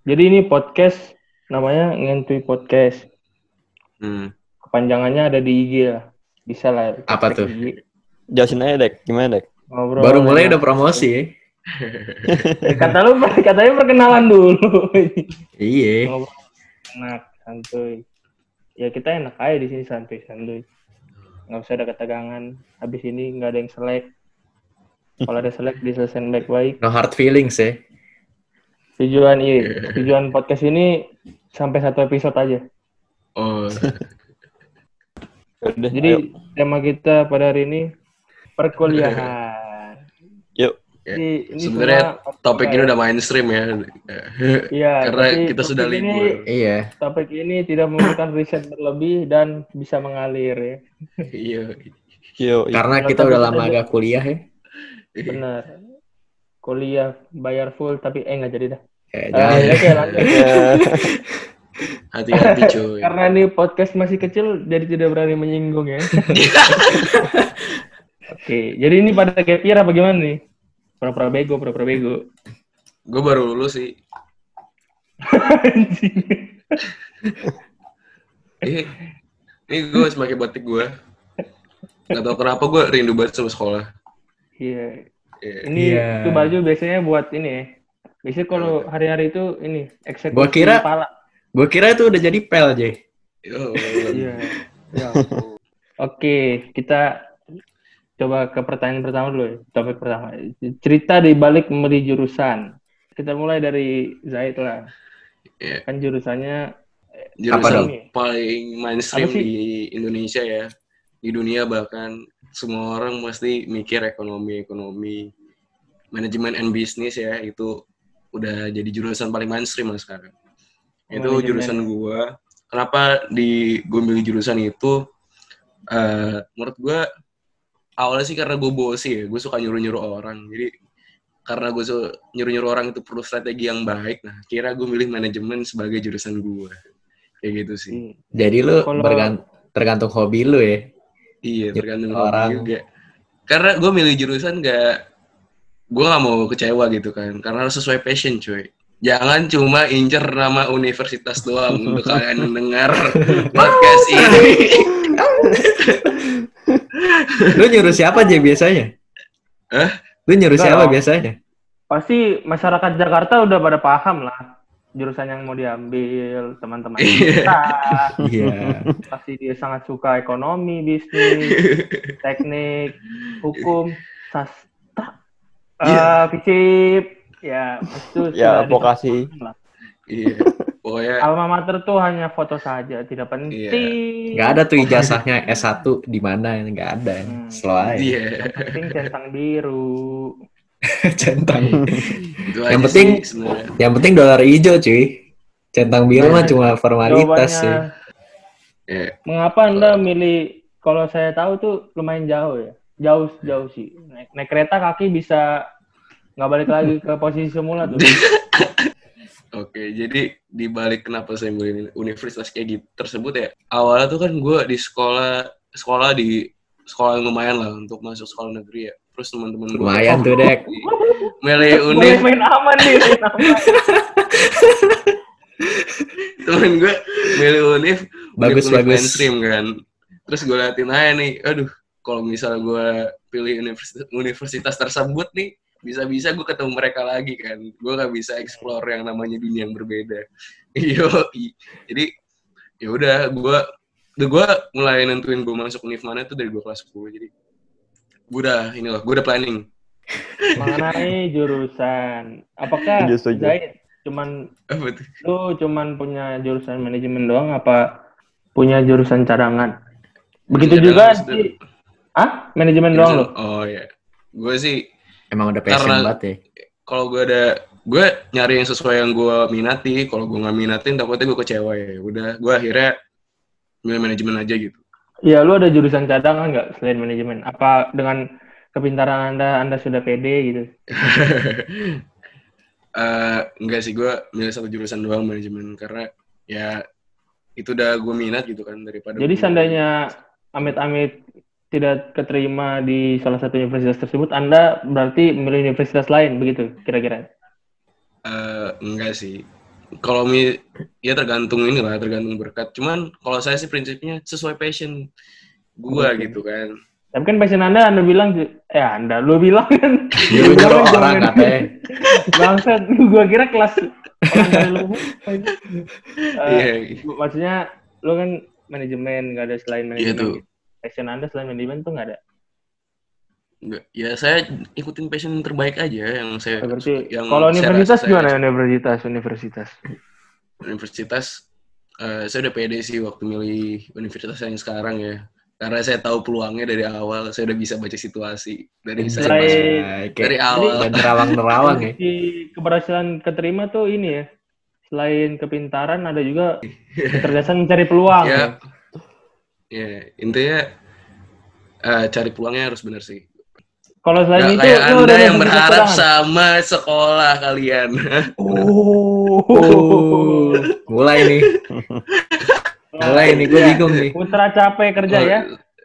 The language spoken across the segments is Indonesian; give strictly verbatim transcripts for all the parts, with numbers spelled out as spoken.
Jadi ini podcast namanya Ngentui Podcast. Hmm. Kepanjangannya ada di I G lah. Bisa lah. Apa tuh? I G. Jelasin aja, Dek. Gimana, Dek? Ngobrol. Baru mulai enak. udah promosi ya. Eh, kata lu, katanya perkenalan dulu. Iya. Ngobrol enak, santuy. Ya kita enak aja di sini santuy-santuy. Nggak usah ada ketegangan. Habis ini nggak ada yang selek. Kalau ada selek diselesain baik-baik. No hard feelings ya. Tujuan iya, tujuan podcast ini sampai satu episode aja. Oh. Udah, Jadi ayo. tema kita pada hari ini perkuliahan. Yuk. Ya, Jadi, ini sebenarnya semua topik ini ya. udah mainstream ya. Iya, Karena tapi kita sudah topik ini- libur. Iya. Topik ini tidak memerlukan riset berlebih dan bisa mengalir ya. Iya. Yuk. Karena Kalau kita topik udah lama kita- gak kuliah ya. Benar. Kuliah bayar full tapi eh nggak jadi dah. Eh, Eh, jangan. ya, oke, lanjut. Hati-hati cuy. Karena ini podcast masih kecil jadi tidak berani menyinggung ya. Oke, jadi ini pada gap year apa gimana nih? Pura-pura bego, pura-pura bego. Gue baru lulus sih. Ini, ini gue semakin batik gue. Gak tau kenapa gue rindu banget sama sekolah. Iya. Iya. Ini Iya. itu baju biasanya buat ini ya. Biasanya kalau hari-hari itu ini eksekusi Gua kira- kepala. Gue kira itu udah jadi pel, Jay. Yo, Iya. Ya ampun. Oke, kita coba ke pertanyaan pertama dulu ya. Topik pertama. Cerita di balik memilih jurusan. Kita mulai dari Zaid lah. Iya. Kan jurusannya Apa Jurusan dong? paling mainstream Apa sih? di Indonesia ya. Di dunia bahkan semua orang pasti mikir ekonomi-ekonomi. Manajemen and business ya. Itu udah jadi jurusan paling mainstream lah sekarang. Itu Manajemen. jurusan gua. Kenapa di gue milih jurusan itu? eh menurut gua awalnya sih karena gue bosi ya. Gue suka nyuruh-nyuruh orang. Jadi karena gue suka nyuruh-nyuruh orang itu perlu strategi yang baik. Nah, kira gue milih manajemen sebagai jurusan gue. Kayak gitu sih. Hmm. Jadi lu Kalau- bergan- tergantung hobi lu ya. Iya, tergantung Orang. orang juga. Karena gue milih jurusan gak, gue gak mau kecewa gitu kan. Karena harus sesuai passion cuy. Jangan cuma incer nama universitas doang untuk kalian mendengar podcast ini. Lu nyuruh siapa, Jay, biasanya? Hah? Lu nyuruh Enggak siapa dong. biasanya? Pasti masyarakat Jakarta udah pada paham lah jurusan yang mau diambil teman-teman kita. Iya. Pasti dia sangat suka ekonomi, bisnis, teknik, hukum, sastra, Iya. eh, fisip, ya itu Ya, sudah vokasi. ditentukan lah. Iya, pokoknya Alma mater tuh hanya foto saja, tidak penting. Nggak ada tuh ijazahnya S satu di mana, nggak ada. Hmm. Slow aja. iya. Yang penting centang biru. Centang. Itu Yang aja penting- sih sebenarnya. Yang penting dolar hijau, cuy. Centang biru mah cuma formalitas Jawabannya, sih. Iya. mengapa Anda milih, kalau saya tahu tuh lumayan jauh ya. Jauh, jauh sih. Naik, naik kereta kaki bisa nggak balik lagi ke posisi semula tuh. Oke, jadi di balik kenapa saya milih universitas kayak gitu tersebut ya. Awalnya tuh kan gue di sekolah sekolah di sekolah yang lumayan lah untuk masuk sekolah negeri ya. Terus teman-teman gue Lumayan tuh, Dek. milih Boleh univ, main aman nih. main aman. temen gue milih univ, Bagus, univ bagus. mainstream kan. Terus gue liatin aja nih, aduh, kalau misalnya gue pilih universitas, universitas tersebut nih, bisa-bisa gue ketemu mereka lagi kan. Gue gak bisa explore yang namanya dunia yang berbeda. Yo, jadi ya udah gue gue mulai nentuin gue masuk univ mana tuh dari gue kelas sepuluh. Jadi gue udah ini loh, gue udah planning. Mengenai jurusan, apakah Setuju, setuju. Zaid cuman Apa tuh? lu cuman punya jurusan manajemen doang apa punya jurusan cadangan? Begitu Cadangan juga maksudnya? sih. Ah, manajemen doang lu? Oh ya, gue sih Emang udah passion Karena- banget ya. kalau gue ada gue nyari yang sesuai yang gue minati. Kalau gue nggak minatin takutnya gue kecewa ya. Udah gue akhirnya milih manajemen aja gitu. Iya, lu ada jurusan cadangan nggak selain manajemen? Apa dengan kepintaran Anda, Anda sudah pede gitu? Eh, enggak sih, gue milih satu jurusan doang manajemen karena ya itu udah gue minat gitu kan daripada. Jadi gua- seandainya amit-amit tidak keterima di salah satu universitas tersebut, Anda berarti memilih universitas lain begitu kira-kira? Eh, enggak sih. kalau mi ya tergantung inilah, tergantung berkat. Cuman kalau saya sih prinsipnya sesuai passion gua Oke. gitu kan. Tapi kan passion Anda, Anda bilang, eh Anda, lu bilang kan. Nyuruh-nyuruh orang katanya. Bangsat, gua kira kelas orang dari lu. Iya. Uh, maksudnya, lu kan manajemen, nggak ada selain Iya manajemen. tuh. Gitu. Passion Anda selain manajemen tuh nggak ada? Enggak. Ya saya ikutin passion yang terbaik aja yang saya. Oh, berarti, yang kalau saya universitas rasa gimana? saya, Universitas, universitas. Universitas, uh, saya udah pede sih waktu milih universitas yang sekarang ya. Karena saya tahu peluangnya dari awal, saya udah bisa baca situasi dari saya Selain- masuk Kayak dari awal. dan nerawang-nerawang ya. Di keberhasilan keterima tuh ini ya, selain kepintaran ada juga kecerdasan mencari peluang. Ya, Ya. ya intinya uh, cari peluangnya harus benar sih. Kalau selain Nggak itu, kayak lu Anda udah yang ada berharap kekurangan? sama sekolah kalian. Oh, Oh, mulai nih. Mulai nih, gue Iya. bingung nih. Putra capek kerja ya,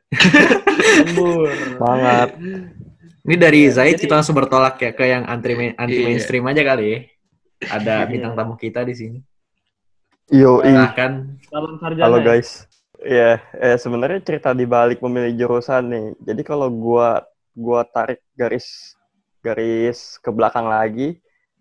lembur. Semangat. Ini dari Ya, Zaid jadi- kita langsung bertolak ya ke yang anti anti Iya. mainstream aja kali ya. Ada Iya. bintang tamu kita di sini. Yo, ih. Nah kan, Salam sarjana. Halo ya? guys. Iya, eh sebenarnya cerita di balik memilih jurusan nih. Jadi kalau gua gua tarik garis garis ke belakang lagi,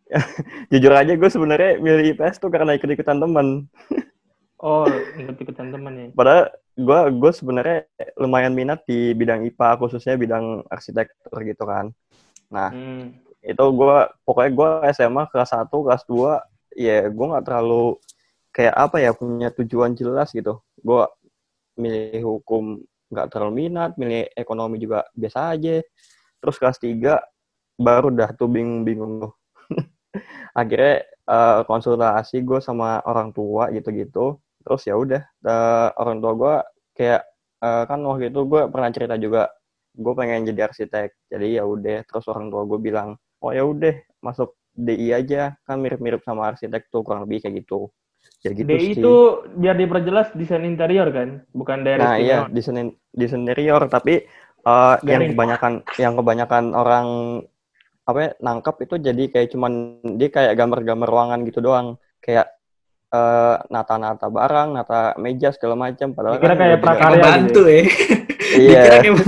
jujur aja gue sebenarnya milih I P S tuh karena ikut-ikutan teman. Oh, ikut-ikutan teman ya. Padahal gue gue sebenarnya lumayan minat di bidang I P A, khususnya bidang arsitektur gitu kan. Nah, Hmm. itu gue pokoknya gue S M A kelas satu, kelas dua, ya gue nggak terlalu kayak apa ya punya tujuan jelas gitu. Gue milih hukum nggak terlalu minat, milih ekonomi juga biasa aja. Terus kelas tiga baru dah tuh bingung-bingung tuh. Akhirnya uh, konsultasi gue sama orang tua gitu-gitu. Terus ya udah uh, orang tua gue kayak uh, kan waktu itu gue pernah cerita juga gue pengen jadi arsitek. Jadi ya udah terus orang tua gue bilang, "Oh ya udah masuk D I aja, kan mirip-mirip sama arsitek tuh kurang lebih kayak gitu." Ya gitu D I sih. itu biar diperjelas desain interior kan, bukan daerah Nah iya istimewa. desain desain interior, tapi uh, yang Garing. kebanyakan yang kebanyakan orang apa ya, nangkep itu jadi kayak cuman dia kayak gambar-gambar ruangan gitu doang, kayak uh, nata-nata barang, nata meja segala macam. Padahal Dikira kan kayak gua juga- prakarya. kayak bantu ya. Iya. Dikira kayak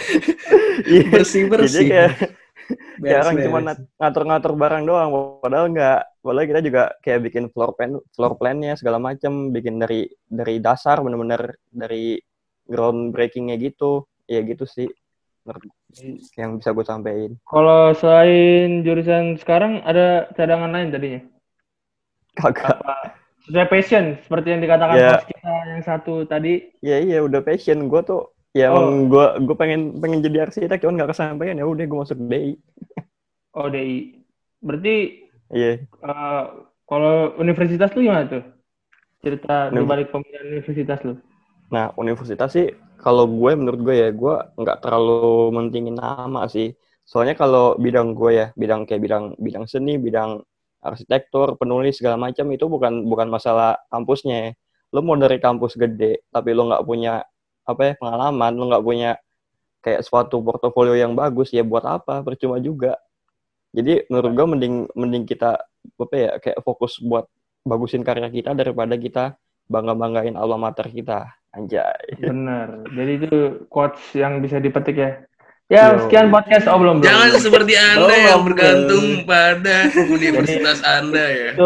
Iya. bersih-bersih. Jadi kayak kayak orang Beres-beres. cuma nat- ngatur-ngatur barang doang, padahal enggak. Padahal kita juga kayak bikin floor plan, floor plan-nya segala macam, bikin dari dari dasar bener-bener dari ground breaking-nya gitu. Ya gitu sih menurut yang bisa gue sampein. Kalau selain jurusan sekarang ada cadangan lain tadinya? Kagak. Apa sesuai passion seperti yang dikatakan Ya. host kita yang satu tadi? Ya iya udah passion gue tuh. Ya Oh. emang gue gue pengen pengen jadi arsitek, cuman nggak kesampaian, ya udah gue masuk D I. Oh, D I. Berarti Iya. eh, kalau universitas lu gimana tuh? Cerita di Univ- balik pemilihan universitas lu. Nah, universitas sih kalau gue menurut gue ya gue nggak terlalu mentingin nama sih. Soalnya kalau bidang gue ya, bidang kayak bidang bidang seni, bidang arsitektur, penulis segala macam itu bukan bukan masalah kampusnya. Lo mau dari kampus gede tapi lo nggak punya apa ya pengalaman, lo nggak punya kayak suatu portofolio yang bagus, ya buat apa? Percuma juga. Jadi menurut gue mending mending kita apa ya kayak fokus buat bagusin karya kita daripada kita bangga-banggain alma mater kita. Anjay. Bener. Jadi itu quotes yang bisa dipetik ya. Ya, Yo. sekian podcast. Oh, belum, belum. Jangan belum. seperti Anda Belum, yang belum. bergantung pada universitas Anda ya. Itu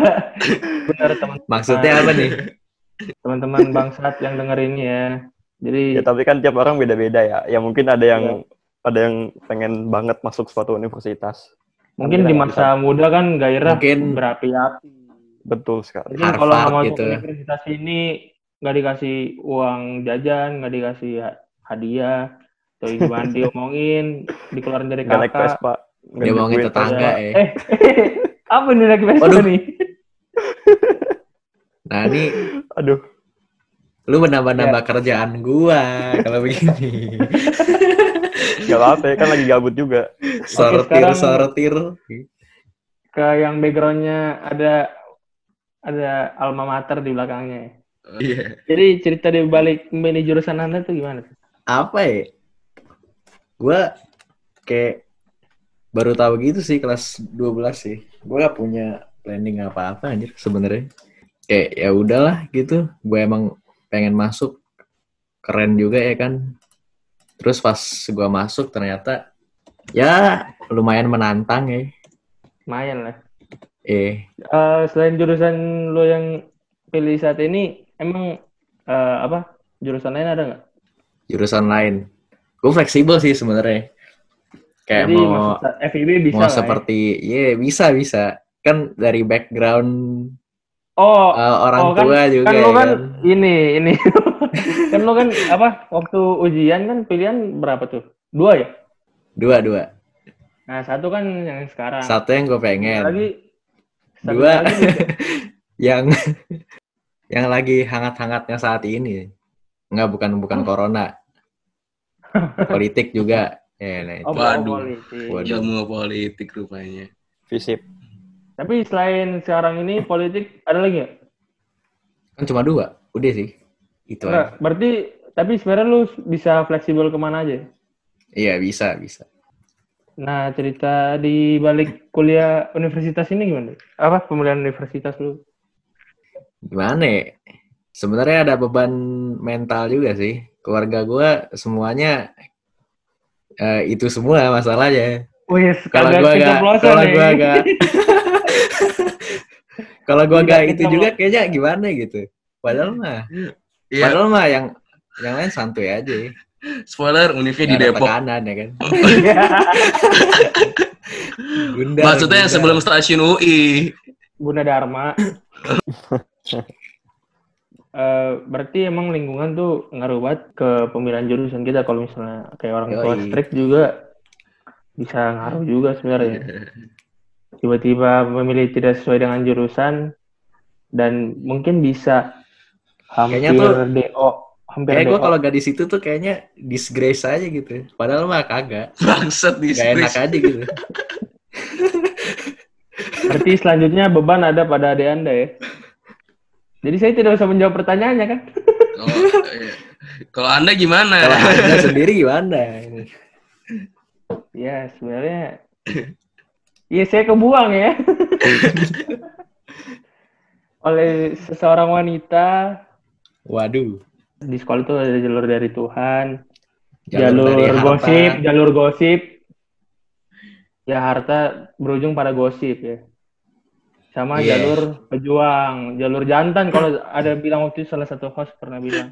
benar teman-teman. Maksudnya apa nih? Teman-teman bangsat yang denger ini ya. Jadi Ya tapi kan tiap orang beda-beda ya. Ya mungkin ada yang Iya. ada yang pengen banget masuk suatu universitas. mungkin kita di nggak masa muda kan gairah Mungkin- berapi-api. Betul sekali. Mungkin kalau nggak Harvard masuk gitu. universitas ini nggak dikasih uang jajan, nggak dikasih ha- hadiah, atau gimana diomongin, dikeluarin dari Nggak naik kakak. Vespa. Nggak Dia omongin duit, tetangga Vespa. ya. Eh, apa nih naik Vespa Waduh. nih? Nah ini Aduh. lu menambah-nambah kerjaan gua kalau begini. Gak apa-apa ya, kan lagi gabut juga. Sortir, sekarang- sortir. Ke yang backgroundnya ada ada alma mater di belakangnya. ya. Oh, iya. Jadi cerita di balik memilih jurusan Anda tuh gimana? Apa ya? Gua kayak baru tahu gitu sih kelas dua belas sih. Gua gak punya planning apa-apa anjir sebenarnya. Kayak ya udahlah gitu. Gue emang pengen masuk, keren juga ya kan. Terus pas gue masuk ternyata ya lumayan menantang ya. Lumayan lah. Eh, Eh, selain jurusan lo yang pilih saat ini, emang eh, apa jurusan lain ada nggak? jurusan lain. Gue fleksibel sih sebenarnya. Kayak Jadi mau masuk F I B bisa mau lah ya. seperti, ya bisa bisa. Kan dari background Oh, uh, orang oh kan, tua juga kan ya lo kan kan. ini ini kan lo kan apa waktu ujian kan pilihan berapa tuh? Dua ya? Dua dua. Nah satu kan yang sekarang. Satu yang gue Satunya pengen. lagi, satunya Dua lagi bisa. yang yang lagi hangat-hangatnya saat ini. Enggak, bukan bukan Oh. corona. Politik juga. Ya, nah itu. Oh, Waduh. politik. Waduh. Ilmu politik rupanya. Visip. Tapi selain sekarang ini politik ada lagi nggak? Kan cuma dua. Udah sih. Itu Enggak, aja. berarti tapi sebenarnya lu bisa fleksibel kemana aja. Iya, bisa, bisa. Nah, cerita di balik kuliah universitas ini gimana? Apa pemilihan universitas lu? Gimana ya? Sebenarnya ada beban mental juga sih. Keluarga gue semuanya eh, itu semua masalahnya. Wih, Kalau kagak gue gak, keceplosan kalau nih. gue gak, kalau gue Tidak gak itu keceplosan. juga kayaknya gimana gitu. Padahal mah, Iya, padahal mah yang yang lain santuy aja. spoiler univnya di Gak ada Depok. tekanan ya kan. Iya. Gundar, Maksudnya yang gundar. sebelum stasiun U I. Gunadarma. Eh, berarti emang lingkungan tuh ngaruh banget ke pemilihan jurusan kita. Kalau misalnya kayak orang tua Yoi. strict juga bisa ngaruh juga sebenarnya. Tiba-tiba memilih tidak sesuai dengan jurusan dan mungkin bisa hampir Kayaknya tuh- D O, hampir Kayak D O. gue kalau gak di situ tuh kayaknya disgrace aja gitu. Padahal mah kagak. Bangsat di Gak enak aja gitu. Berarti selanjutnya beban ada pada adik Anda ya. Jadi saya tidak usah menjawab pertanyaannya kan? Oh, iya. Kalau Anda gimana? Kalau Anda sendiri gimana? Ya sebenarnya, ya saya kebuang ya. Oleh seseorang wanita Waduh. di sekolah itu ada jalur dari Tuhan, Jalur jalur, dari harta. gosip, jalur gosip. Ya harta berujung pada gosip ya. Sama Iya. jalur pejuang, jalur jantan kalau ada bilang waktu itu salah satu host pernah bilang.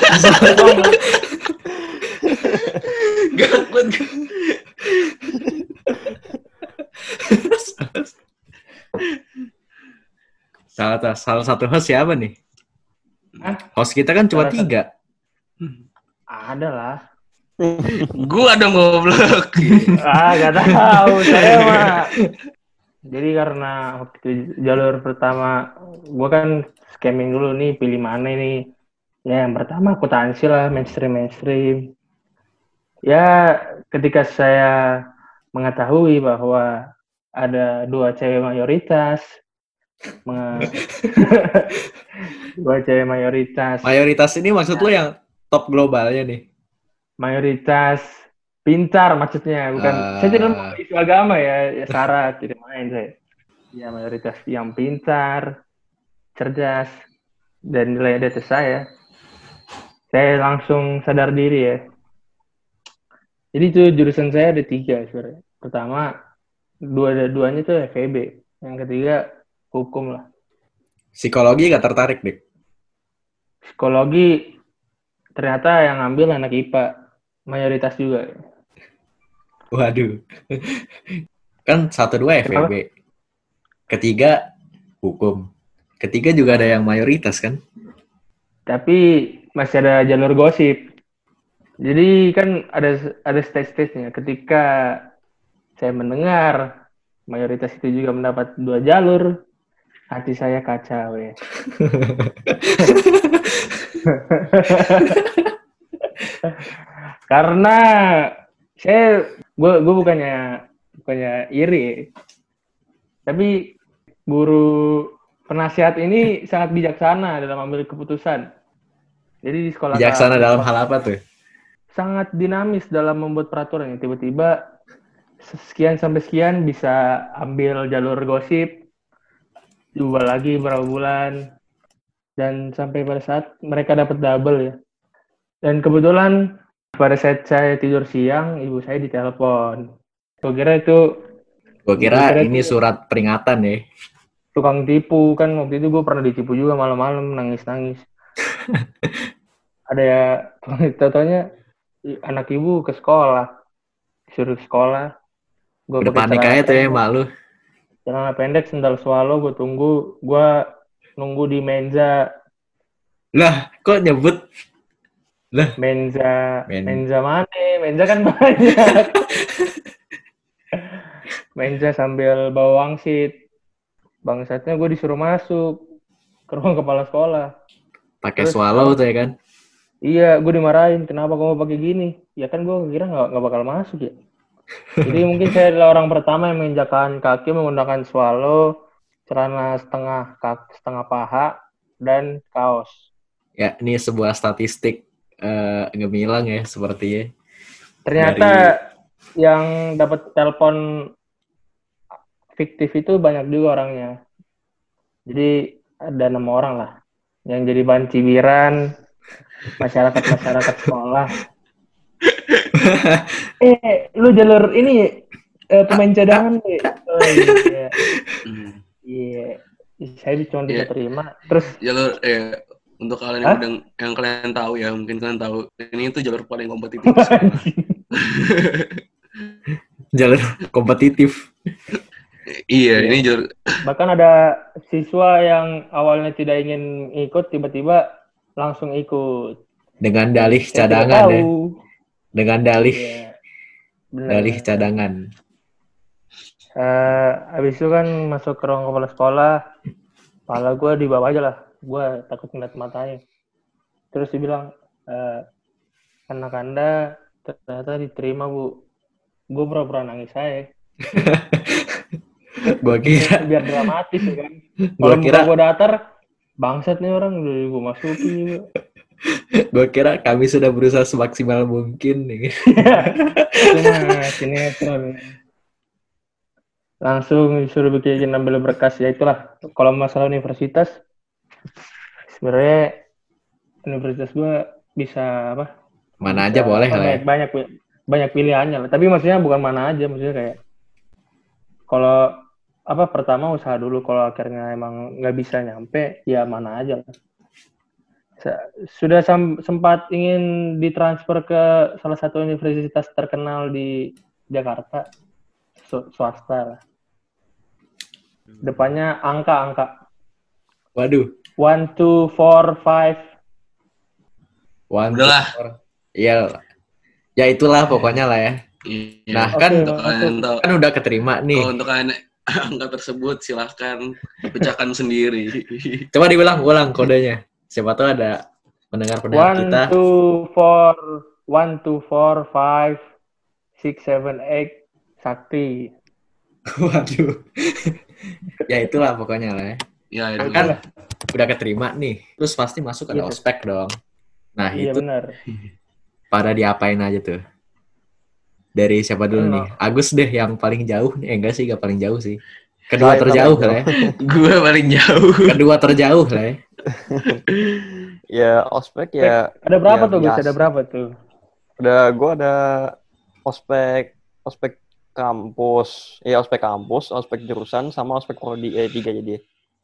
Gakut. salah, salah satu host siapa nih? Hah? Host kita kan cuma Salah satu. tiga. Ada lah. Gua dong goblok. Ah, gak tahu saya mah. Jadi karena waktu itu jalur pertama, gua kan scamming dulu nih, pilih mana nih? Ya yang pertama akuntansi lah, mainstream mainstream. Ya ketika saya mengetahui bahwa ada dua cewek mayoritas, menge- dua cewek mayoritas, Mayoritas ini maksud lo yang top globalnya nih? mayoritas pintar maksudnya, bukan. Ah. Saya tidak mau isu agama ya, ya syarat tidak main saya. Ya mayoritas yang pintar, cerdas, dan nilai di atas saya. Saya langsung sadar diri ya. Jadi itu jurusan saya ada tiga sebenarnya. Pertama, dua duanya itu F E B. Yang ketiga hukum lah. Psikologi gak tertarik, Dik? Psikologi ternyata yang ngambil anak I P A, mayoritas juga. Waduh. Kan satu dua F E B. Ketiga hukum. Ketiga juga ada yang mayoritas kan? Tapi masih ada jalur gosip. Jadi kan ada ada stage-stage-nya. Ketika saya mendengar mayoritas itu juga mendapat dua jalur, hati saya kacau ya. Karena saya gue gue bukannya bukannya iri, tapi guru penasihat ini sangat bijaksana dalam ambil keputusan. Jadi di sekolah Bijaksana kami, dalam hal apa tuh? sangat dinamis dalam membuat peraturan. Tiba-tiba sekian sampai sekian bisa ambil jalur gosip, Coba lagi berapa bulan. Dan sampai pada saat mereka dapat double ya. Dan kebetulan pada saat saya tidur siang, ibu saya ditelepon. Gue kira itu... Gue kira, Gua kira ini itu- surat peringatan ya. tukang tipu kan, waktu itu gue pernah ditipu juga malam-malam nangis-nangis. Ada ya, totonya anak ibu ke sekolah, disuruh sekolah. Gue Udah panik aja tuh ya, mak lu. celana pendek, sendal swallow, gue tunggu, gue nunggu di menza, Lah, kok nyebut? menza, Men- menza mana? Menza kan banyak. Menza sambil bawa wangsit. Bangsatnya gue disuruh masuk ke ruang kepala sekolah. Pakai Terus, swallow tuh ya kan? Iya, gue dimarahin. Kenapa kamu pakai gini? Ya kan gue kira nggak nggak bakal masuk ya. Jadi mungkin saya adalah orang pertama yang menginjakan kaki menggunakan swallow, celana setengah kaki, setengah paha, dan kaos. Ya, ini sebuah statistik eh, gemilang ya sepertinya. Ternyata yang dapat telepon fiktif itu banyak juga orangnya. Jadi ada enam orang lah yang jadi bahan cibiran masyarakat-masyarakat sekolah. eh, lu jalur ini eh, pemain cadangan deh. Oh iya. Hmm. Iya. Saya cuma bisa Iya. terima. Terus Jalur eh untuk kalian Hah? yang udah yang kalian tahu ya, mungkin kalian tahu ini itu jalur paling kompetitif. Jalur kompetitif. Iya, ini jalur bahkan ada siswa yang awalnya tidak ingin ikut tiba-tiba langsung ikut. Dengan dalih Saya tidak cadangan ya. tahu. Dengan dalih Iya. Benar. dalih cadangan. Eh, habis itu kan masuk ke ruang kepala sekolah, kepala gue di bawah aja lah, gue takut ngeliat matanya. Terus dia bilang, eh, anak anda ternyata diterima bu. Gue pura-pura nangis saya. Gua kira Biar dramatis ya kan. gua Kalau kira muka gue datar, bangsat nih orang udah gue masukin juga. gua kira kami sudah berusaha semaksimal mungkin nih. Itu mah sinetron. Langsung disuruh bikin ambil berkas, ya itulah. Kalau masalah universitas, sebenarnya universitas gue bisa apa? Mana bisa, aja boleh apa, lah ya. banyak, banyak banyak pilihannya lah. Tapi maksudnya bukan mana aja, maksudnya kayak kalau apa pertama usaha dulu, kalau akhirnya emang nggak bisa nyampe, ya mana aja lah. Sudah sam- sempat ingin ditransfer ke salah satu universitas terkenal di Jakarta, Su- swasta lah. Depannya angka-angka. Waduh. One, two, four, five. One, Udahlah. two, four. Iya. Ya itulah pokoknya lah ya. Iya. Nah, Oke, kan Untuk kalian tahu, kan udah keterima nih. kalau untuk kalian angka tersebut silahkan pecahkan sendiri. Coba diulang-ulang kodenya. Siapa tahu ada pendengar-pendengar One, kita. two, four, one, two, four, five, six, seven, eight, Sakti. Waduh. Ya itulah pokoknya lah ya. Ya, itu Kan udah keterima nih. Terus pasti masuk ada Gitu. ospek dong. Nah, Iya itu benar. pada diapain aja tuh? Dari siapa dulu Enak. nih? Agus deh yang paling jauh nih. Eh, enggak sih, enggak paling jauh sih. Kedua Saya terjauh paling lah ya. gue paling jauh. Kedua terjauh lah ya. Ya ospek ya. Ada berapa ya tuh, Gus? biasa. Ada berapa tuh? Ada gue ada ospek ospek kampus, ya ospek kampus, ospek jurusan sama ospek prodi eh tiga jadi.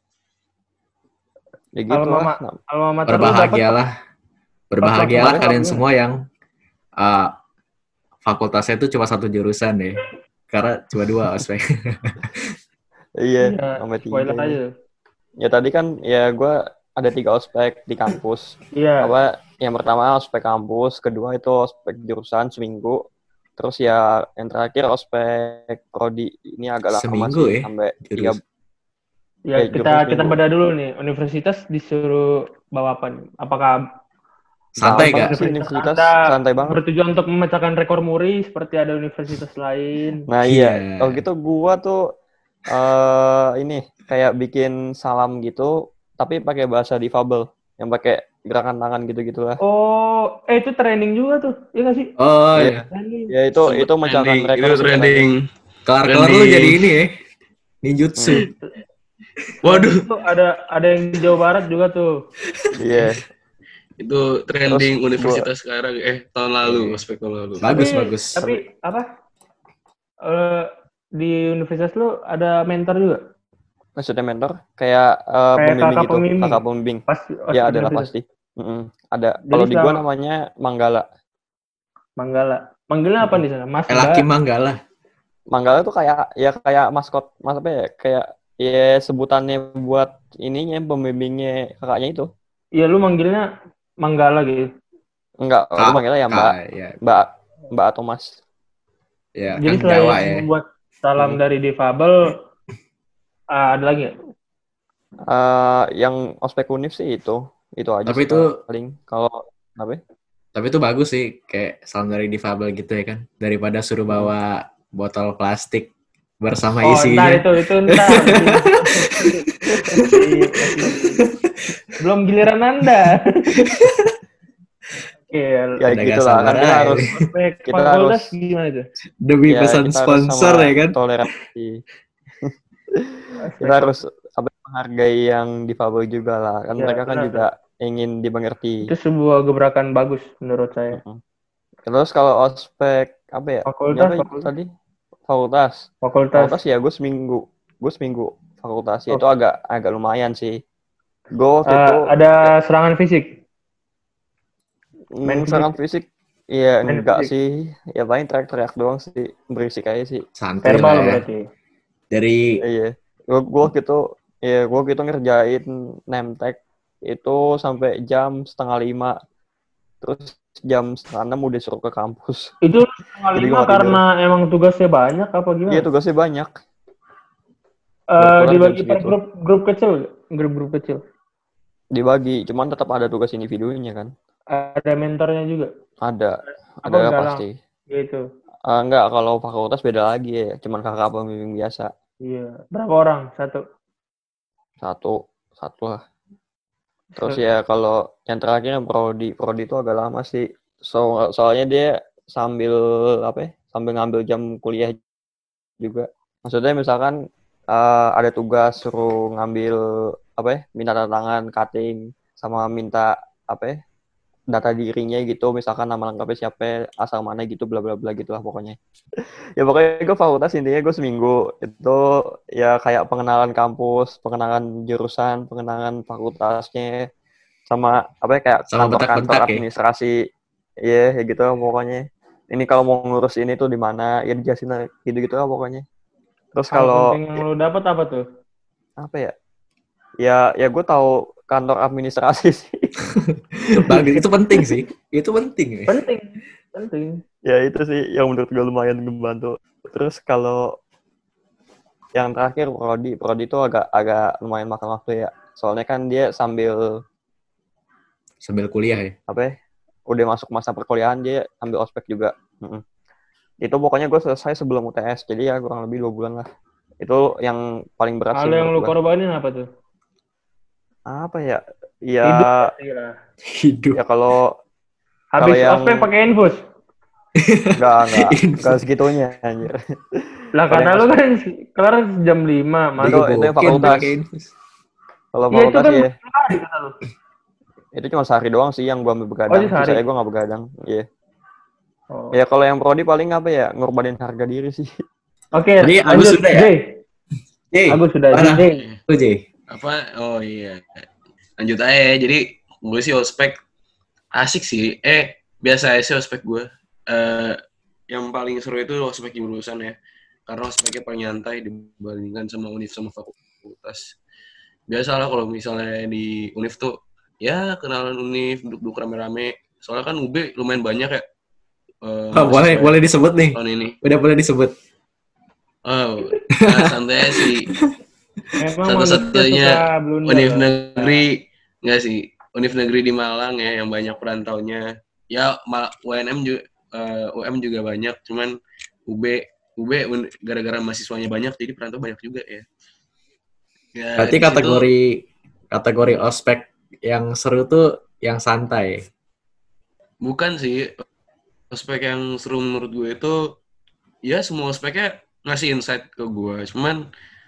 Ya gitu Alma, lah. ma- alma mater lu dapat Berbahagialah. Berbahagialah Ospek kalian apa? semua yang uh, fakultasnya itu cuma satu jurusan deh. Karena cuma dua ospek. Iya, Ya, sampai tiga. spoiler ini. aja. Ya tadi kan ya gue ada tiga ospek di kampus. Iya. Apa yang pertama ospek kampus, kedua itu ospek jurusan seminggu. Terus ya yang terakhir ospek prodi ini agak lama Seminggu sih ya? sampai tiga. Jurus. Ya, Eh, kita jurus kita minggu. beda dulu nih. Universitas disuruh bawa apa nih? Apakah Santai Gampang gak? sih, universitas Anda santai banget. bertujuan untuk memecahkan rekor muri seperti ada universitas lain? Nah Iya. iya, kalau gitu gua tuh eh ini kayak bikin salam gitu, tapi pakai bahasa difabel, yang pakai gerakan tangan gitu-gitulah. Oh, eh itu training juga tuh. Iya nggak sih? Oh Iya. iya. Training. Ya itu Sempet itu mecahkan trending, rekor itu sebenarnya. trending. Kelar-kelar lu Trending. jadi ini ya. Ninjutsu. Waduh, Itu ada ada yang di Jawa Barat juga tuh. Iya. itu trending Terus universitas sekarang. Eh, tahun lalu, Iya. ospek tahun lalu. Bagus, tapi, bagus. Tapi apa? Eh, di universitas lu ada mentor juga? Maksudnya mentor kayak uh, Kayak pembimbing kakak gitu, pembimbing. kakak pembimbing. Pas Ya ospek ada lah universitas. pasti. Mm-mm. Ada. Jadi Kalau di gua selama- namanya Manggala. Manggala. Manggilnya apa di sana? Mas Eh, Laki Mbak? Manggala. Manggala tuh kayak ya kayak maskot, mas apa ya? Kayak ya sebutannya buat ininya pembimbingnya kakaknya itu. Iya, lu manggilnya Manggala gitu. Enggak, Kak, lu manggilnya ya Kak, Mbak, ya, Mbak, Mbak atau Mas. ya Jadi kan selain Jawa ya. membuat salam Hmm. dari difabel, uh, ada lagi nggak? Uh, yang ospek univ sih itu, itu aja Tapi sih itu- paling. Kalau apa? Tapi itu bagus sih, kayak salam dari difabel gitu ya kan, daripada suruh bawa botol plastik bersama Oh, isinya. ntar itu, itu ntar. Belum giliran Anda. Oke, Ya Udah gak gitu lah, sabar kan kita aja. harus ospek kita fakultas harus- gimana tuh? Demi ya, pesan kita harus sponsor sama ya kan. toleransi. Kita harus apa, menghargai yang difabel juga lah, kan Ya, mereka kan benar. juga ingin dimengerti. Itu sebuah gebrakan bagus menurut saya. Mm-mm. Terus kalau ospek apa ya? Fakultas, Apa fakultas. tadi? Fakultas. Fakultas. Fakultas ya gue seminggu. Gue seminggu fakultas. Ya, Oh. itu agak agak lumayan sih. Gue waktu Uh, itu ada serangan fisik. main mm, serangan fisik. Iya Main enggak fisik. sih. Ya paling teriak-teriak doang sih. Berisik aja sih. Santai Verbal lah ya. berarti. Dari Iya. Gue gue waktu itu ya gue waktu itu ngerjain nemtek itu sampai jam setengah lima. Terus jam setengah enam udah suruh ke kampus. Itu setengah Jadi lima gua nggak karena emang tugasnya banyak apa gimana? Iya tugasnya banyak. Eh, Baru dibagi jam per segitu. grup grup kecil, grup-grup kecil. Dibagi, cuman tetap ada tugas individunya kan. Ada mentornya juga. Ada, Apa ada enggak pasti. Gitu. Ah, enggak, kalau fakultas beda lagi ya. Cuman kakak pembimbing biasa. Iya. Berapa orang? Satu. Satu, satu lah. Terus ya kalau yang terakhir yang prodi, prodi itu agak lama sih. So, soalnya dia sambil apa ya? Sambil ngambil jam kuliah juga. Maksudnya misalkan eh, ada tugas suruh ngambil apa ya? Minta tanda tangan, cutting, sama minta apa ya? Data dirinya gitu, misalkan nama lengkapnya siapa, asal mana gitu, bla bla bla gitulah pokoknya. Ya pokoknya gue fakultas intinya gue seminggu itu ya kayak pengenalan kampus, pengenalan jurusan, pengenalan fakultasnya, sama apa ya kayak Sama kantor-kantor bentak-bentak ya? administrasi, iya ya gitu lah pokoknya. Ini kalau mau ngurus ini tuh di mana, ya dijelasin gitu-gitu lah pokoknya. Terus Hal kalau penting yang lu dapat apa tuh? apa ya, ya ya gue tahu kantor administrasi sih. bagus, itu penting sih. Itu penting. ya. Penting. Penting. Ya itu sih yang menurut gue lumayan membantu. Terus kalau yang terakhir prodi, prodi itu agak agak lumayan makan waktu ya. Soalnya kan dia sambil Sambil kuliah ya. apa ya, udah masuk masa perkuliahan dia ambil ospek juga. Mm-mm. Itu pokoknya gue selesai sebelum U T S, jadi ya kurang lebih dua bulan lah. Itu yang paling berat Hal sih yang lu menurut gua. korbanin apa tuh? Apa ya? Ya Hidup. Iya. Hidup. ya kalau Habis Kalau yang- ospek pakai infus. enggak enggak Info. enggak segitunya anjir. Lah Kalau karena yang lu kan kelar jam lima, Mas. Itu- itu yang Digebukin fakultas. pakai infus. Kalau Iya, itu fakultas kan ya hari kata lu. itu cuma sehari doang sih yang gua ambil begadang. Oh, itu sehari? Sisanya gua nggak begadang. Iya. Oh. Ya kalau yang prodi paling apa ya, ngorbanin harga diri sih. Oke, Jadi, lanjut. Agus sudah ya? Jay. Hey, Agus sudah. mana? Jay. Lu Jay. Apa? Oh iya. Lanjut aja ya. Jadi gue sih ospek asik sih. Eh, biasa aja sih ospek gue. Eh, yang paling seru itu ospek jurusan ya. Karena ospeknya paling nyantai dibandingkan sama univ sama fakultas. Biasalah kalau misalnya di univ tuh ya kenalan univ, duduk-duduk rame-rame. Soalnya kan U B lumayan banyak ya. eh, Oh, boleh, mahasiswa boleh disebut nih. tahun ini. Udah boleh disebut. Oh, nah, santai sih. Emang manusia Satu-satunya suka blunder. Univ negeri enggak sih? Univ negeri di Malang ya yang banyak perantaunya. Ya Ma- U N M juga eh, U M juga banyak, cuman U B U B un- gara-gara mahasiswanya banyak jadi perantau banyak juga ya. Ya, Berarti di situ- kategori kategori ospek yang seru tuh yang santai. bukan sih ospek yang seru menurut gue itu ya semua ospeknya ngasih insight ke gue. Cuman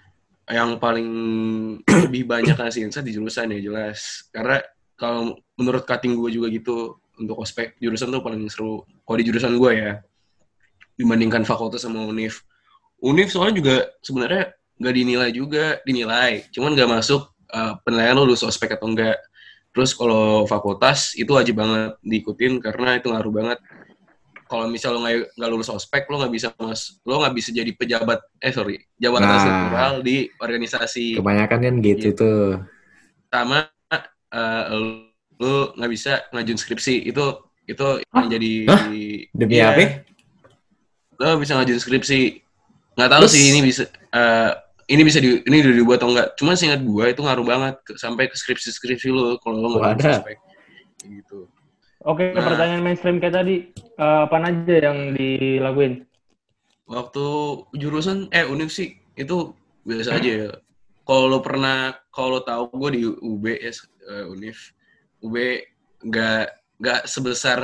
yang paling lebih banyak ngasih insight di jurusan ya jelas. Karena kalau menurut cutting gue juga gitu, untuk ospek jurusan tuh paling seru. Kalau di jurusan gue ya, dibandingkan fakultas sama univ. Univ soalnya juga sebenarnya nggak dinilai juga, dinilai. Cuman nggak masuk uh, penilaian lo lulus ospek atau enggak. Terus kalau fakultas itu wajib banget diikutin karena itu ngaruh banget. Kalau misal lo nggak nggak lulus ospek, lo nggak bisa mas, lo nggak bisa jadi pejabat, eh sorry, jabatan Nah. struktural di organisasi. Kebanyakan kan gitu, Gitu. tuh. Sama uh, lo nggak bisa ngajuin skripsi, itu itu Hah? yang jadi Hah? Demi iya, apa? lo bisa ngajuin skripsi. Nggak tahu Terus? sih ini bisa uh, ini bisa di ini udah dibuat atau enggak. Cuman seingat gua itu ngaruh banget ke, sampai ke skripsi-skripsi lo kalau lo nggak lulus Wadah. ospek. Gitu. Oke, Nah. pertanyaan mainstream kayak tadi, uh, apa aja yang dilakuin? Waktu jurusan eh univ sih itu biasa aja ya. Kalau lo pernah, kalau lo tahu gue di U B ya, uh, univ, U B nggak nggak sebesar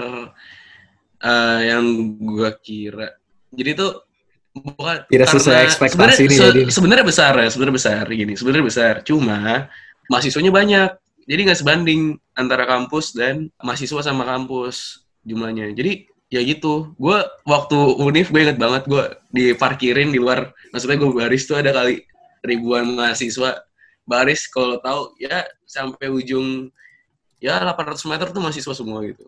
uh, yang gue kira. Jadi tuh bukan Tidak sesuai ekspektasi nih, jadi. se- sebenarnya besar ya, sebenarnya besar gini, sebenarnya besar. Cuma mahasiswanya banyak, jadi nggak sebanding antara kampus dan mahasiswa sama kampus jumlahnya. Jadi ya gitu, gue waktu univ gue inget banget gue diparkirin di luar, maksudnya gue baris tuh ada kali ribuan mahasiswa baris, kalau tahu ya sampai ujung ya delapan ratus meter tuh mahasiswa semua gitu.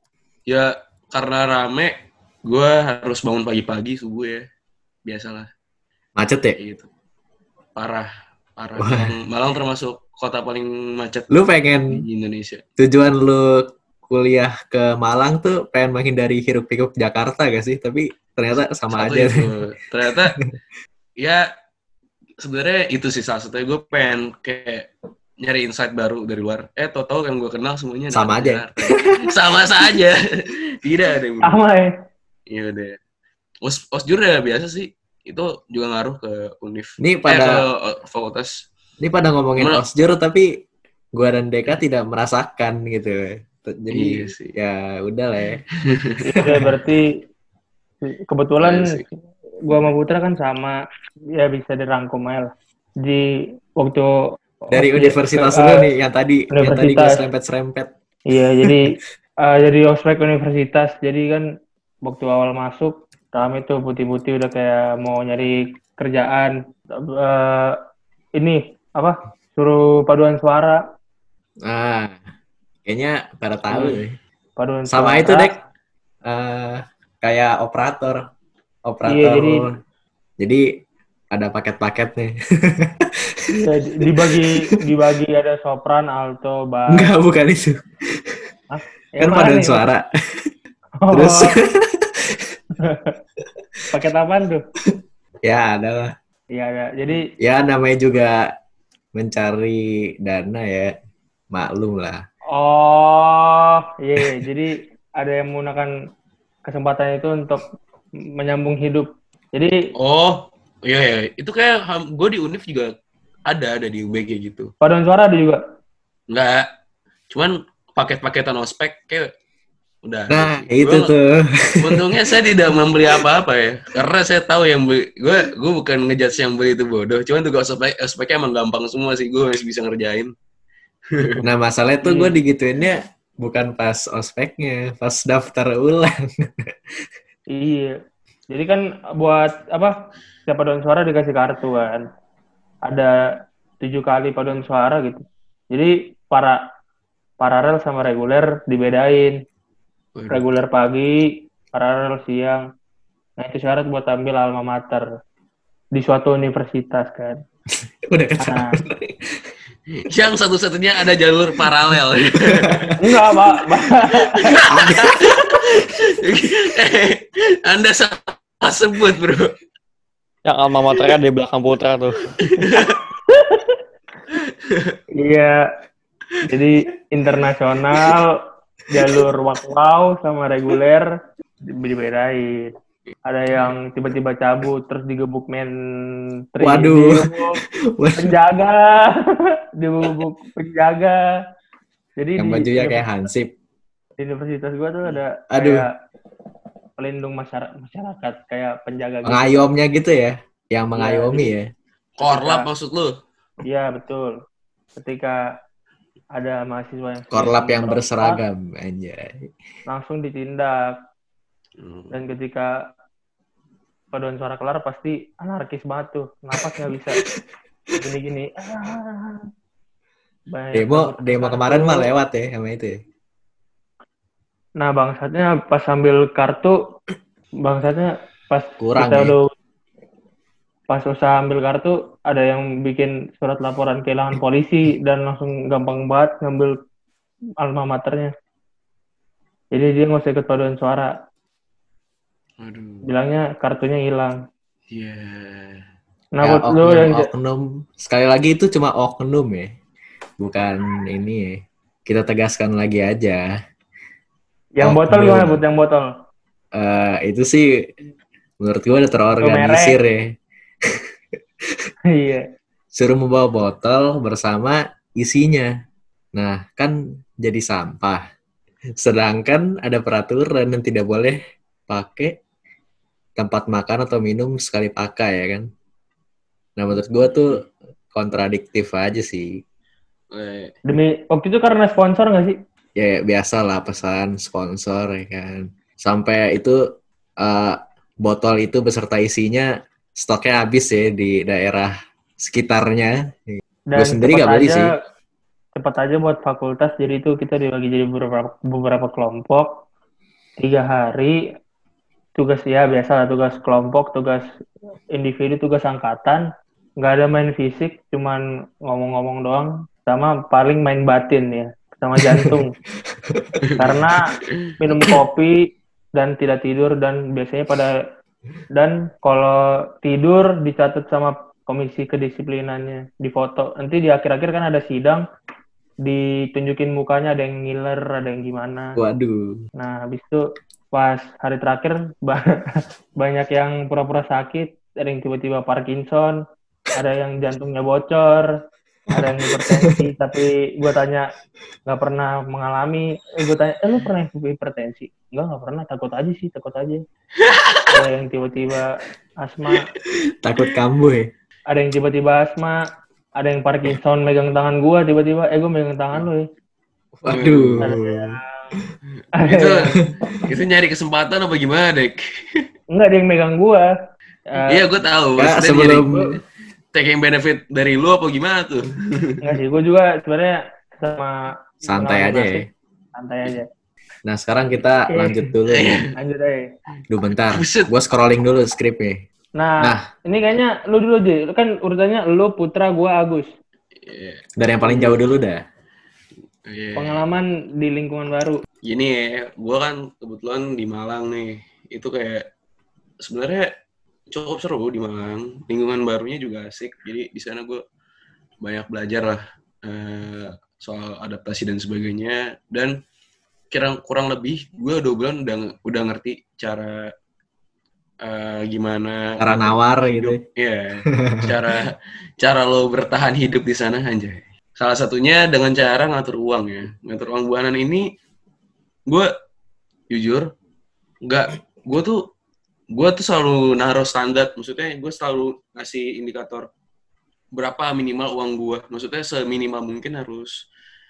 Ya karena rame, gue harus bangun pagi-pagi subuh ya, biasalah. Macet ya? Kayak gitu. Parah, parah. Wah. Malang, Malang termasuk kota paling macet Lu pengen di Indonesia. tujuan lu kuliah ke Malang tuh pengen menghindari hiruk pikuk Jakarta gak sih? Tapi ternyata sama Satu aja. itu. Ternyata ya sebenarnya itu sih salah satunya, gue pengen kayak nyari insight baru dari luar. Eh tau-tau yang gue kenal semuanya Sama anak aja. Jakarta. Sama saja. Tidak ada yang Sama ya? Iya deh. Os osjur ya biasa sih. Itu juga ngaruh ke univ. Ini Eh ke pada uh, fakultas. ini pada ngomongin Gimana? osjur tapi gua dan Deka tidak merasakan gitu. Jadi Iya sih. ya udah lah ya. Iya, berarti kebetulan Iya sih. gua sama Putra kan sama, ya bisa dirangkum aja lah. Di waktu Dari ospek, universitas uh, lu nih yang tadi yang tadi gua universitas. serempet-serempet. Iya, jadi uh, jadi ospek universitas. Jadi kan waktu awal masuk rame tuh putih-putih udah kayak mau nyari kerjaan. Uh, ini apa? Suruh paduan suara. Ah, kayaknya pada tahu Hmm. deh. Paduan Sama suara. itu Dek. Eh, kayak operator. Operator. Iya, jadi Jadi ada paket-paket nih. ya, dibagi dibagi ada sopran, alto, bass. Enggak, bukan itu. Hah? Kan Yang mana paduan nih? suara. Oh. Terus Paket apaan tuh? ya ada lah. Iya ada. Jadi Ya namanya juga mencari dana ya. Maklum lah. oh iya, iya. Jadi ada yang menggunakan kesempatan itu untuk menyambung hidup. Jadi Oh, iya ya. Itu kayak gue di univ juga ada ada di U B kayak gitu. paduan suara ada juga. Enggak. Cuman paket-paketan ospek kayak udah. Nah, ada sih. itu Gua- tuh. Untungnya saya tidak membeli apa-apa ya. Karena saya tahu yang beli, gue gue bukan ngejudge yang beli itu bodoh. Cuman tugas ospek, ospeknya emang gampang semua sih. Gue masih bisa ngerjain. Nah, masalahnya tuh gue Hmm. digituinnya bukan pas ospeknya, pas daftar ulang. Iya. Jadi kan buat apa? Setiap paduan suara dikasih kartu kan. Ada tujuh kali paduan suara gitu. Jadi para paralel sama reguler dibedain. Waduh. Reguler pagi, paralel siang. Nah itu syarat buat ambil alma mater di suatu universitas kan. Udah ketahuan. Nah, Yang satu-satunya ada jalur paralel. enggak pak. Eh, Anda salah sebut bro. Yang alma maternya di belakang Putra tuh. Iya. Jadi internasional, jalur wakwau sama reguler dibedain. Ada yang tiba-tiba cabut terus digebuk menteri, Waduh. digebuk penjaga, digebuk penjaga. Jadi Yang di, bajunya di- kayak Hansip. di universitas gua tuh ada Aduh. kayak pelindung masyarakat, masyarakat kayak penjaga gitu. Pengayomnya gitu ya. Yang mengayomi jadi- ya. Korlap maksud lu? Iya, betul. Ketika ada mahasiswa yang Korlap sedang yang berontak, berseragam, anjay. langsung ditindak. Hmm. Dan ketika paduan suara kelar pasti anarkis banget tuh. Napas nggak bisa. Gini-gini. Ah. Banyak Demo kabut demo kartu. kemarin mah lewat ya sama itu ya. Nah, bangsatnya pas sambil kartu, bangsatnya pas Kurang kita ya. udah pas usaha ambil kartu, ada yang bikin surat laporan kehilangan polisi dan langsung gampang banget ngambil alma maternya. Jadi dia nggak usah ikut paduan suara. Aduh. Bilangnya kartunya hilang. Iya. Nah, Ya, buat lu oknum, yang oknum. Sekali lagi itu cuma oknum ya. Bukan ini ya. Kita tegaskan lagi aja. yang botol Oknum. gimana, Bud? Yang botol? Eh, itu sih menurut gue udah terorganisir ya. Iya. Suruh membawa botol bersama isinya. Nah, kan jadi sampah. Sedangkan ada peraturan yang tidak boleh pakai tempat makan atau minum sekali pakai ya kan. Nah, menurut gue tuh kontradiktif aja sih. Eh, Demi waktu itu karena sponsor nggak sih? Ya biasa lah pesan sponsor ya kan. Sampai itu uh, botol itu beserta isinya stoknya habis ya di daerah sekitarnya. Dan Gue sendiri cepat gak beli aja, sih. cepat aja buat fakultas. Jadi itu kita dibagi jadi beberapa beberapa kelompok. Tiga hari tugas ya biasa lah, tugas kelompok, tugas individu, tugas angkatan. Nggak ada main fisik, cuman ngomong-ngomong doang. Sama paling main batin ya, sama jantung. Karena minum kopi dan tidak tidur, dan biasanya pada dan kalau tidur dicatat sama komisi kedisiplinannya, difoto. Nanti di akhir-akhir kan ada sidang, ditunjukin mukanya, ada yang ngiler, ada yang gimana. Waduh. Nah, habis itu pas hari terakhir banyak yang pura-pura sakit, ada yang tiba-tiba Parkinson, ada yang jantungnya bocor, ada yang hipertensi. Tapi gue tanya, nggak pernah mengalami. Eh, gue tanya, eh lu pernah hipertensi? Enggak, nggak pernah. Takut aja sih, takut aja. Ada yang tiba-tiba asma. Takut kambuh ya? Ada yang tiba-tiba asma. Ada yang Parkinson megang tangan gue tiba-tiba. Eh, gue megang tangan lu ya. Waduh. Ada yang... itu itu nyari kesempatan apa gimana, Dek? Enggak, ada yang megang gue. Uh, Iya, gue tahu. Ya, Maksudnya sebelum nyari taking benefit dari lu apa gimana tuh? Enggak sih, gue juga sebenarnya sama santai aja ya. Santai aja. Nah, sekarang kita Oke. lanjut dulu ya. Lanjut aja. Duh, bentar. Buset. Gue scrolling dulu skripnya. Nah, Nah. ini kayaknya lu dulu aja. Kan urutannya lu, Putra, gue, Agus. Yeah. Dari yang paling jauh dulu dah. Yeah. Pengalaman di lingkungan baru. Gini ya, gue kan kebetulan di Malang nih. Itu kayak sebenarnya cukup seru di Malang. Lingkungan barunya juga asik. Jadi di sana gue banyak belajar lah uh, soal adaptasi dan sebagainya. Dan kira kurang lebih gue dua bulan udah udah ngerti cara uh, gimana cara nawar hidup. gitu. Iya. cara cara lo bertahan hidup di sana anjay. Salah satunya dengan cara ngatur uang ya. Ngatur uang bulanan ini gue jujur nggak gue tuh gue tuh selalu naruh standar, maksudnya gue selalu ngasih indikator berapa minimal uang gue, maksudnya seminimal mungkin harus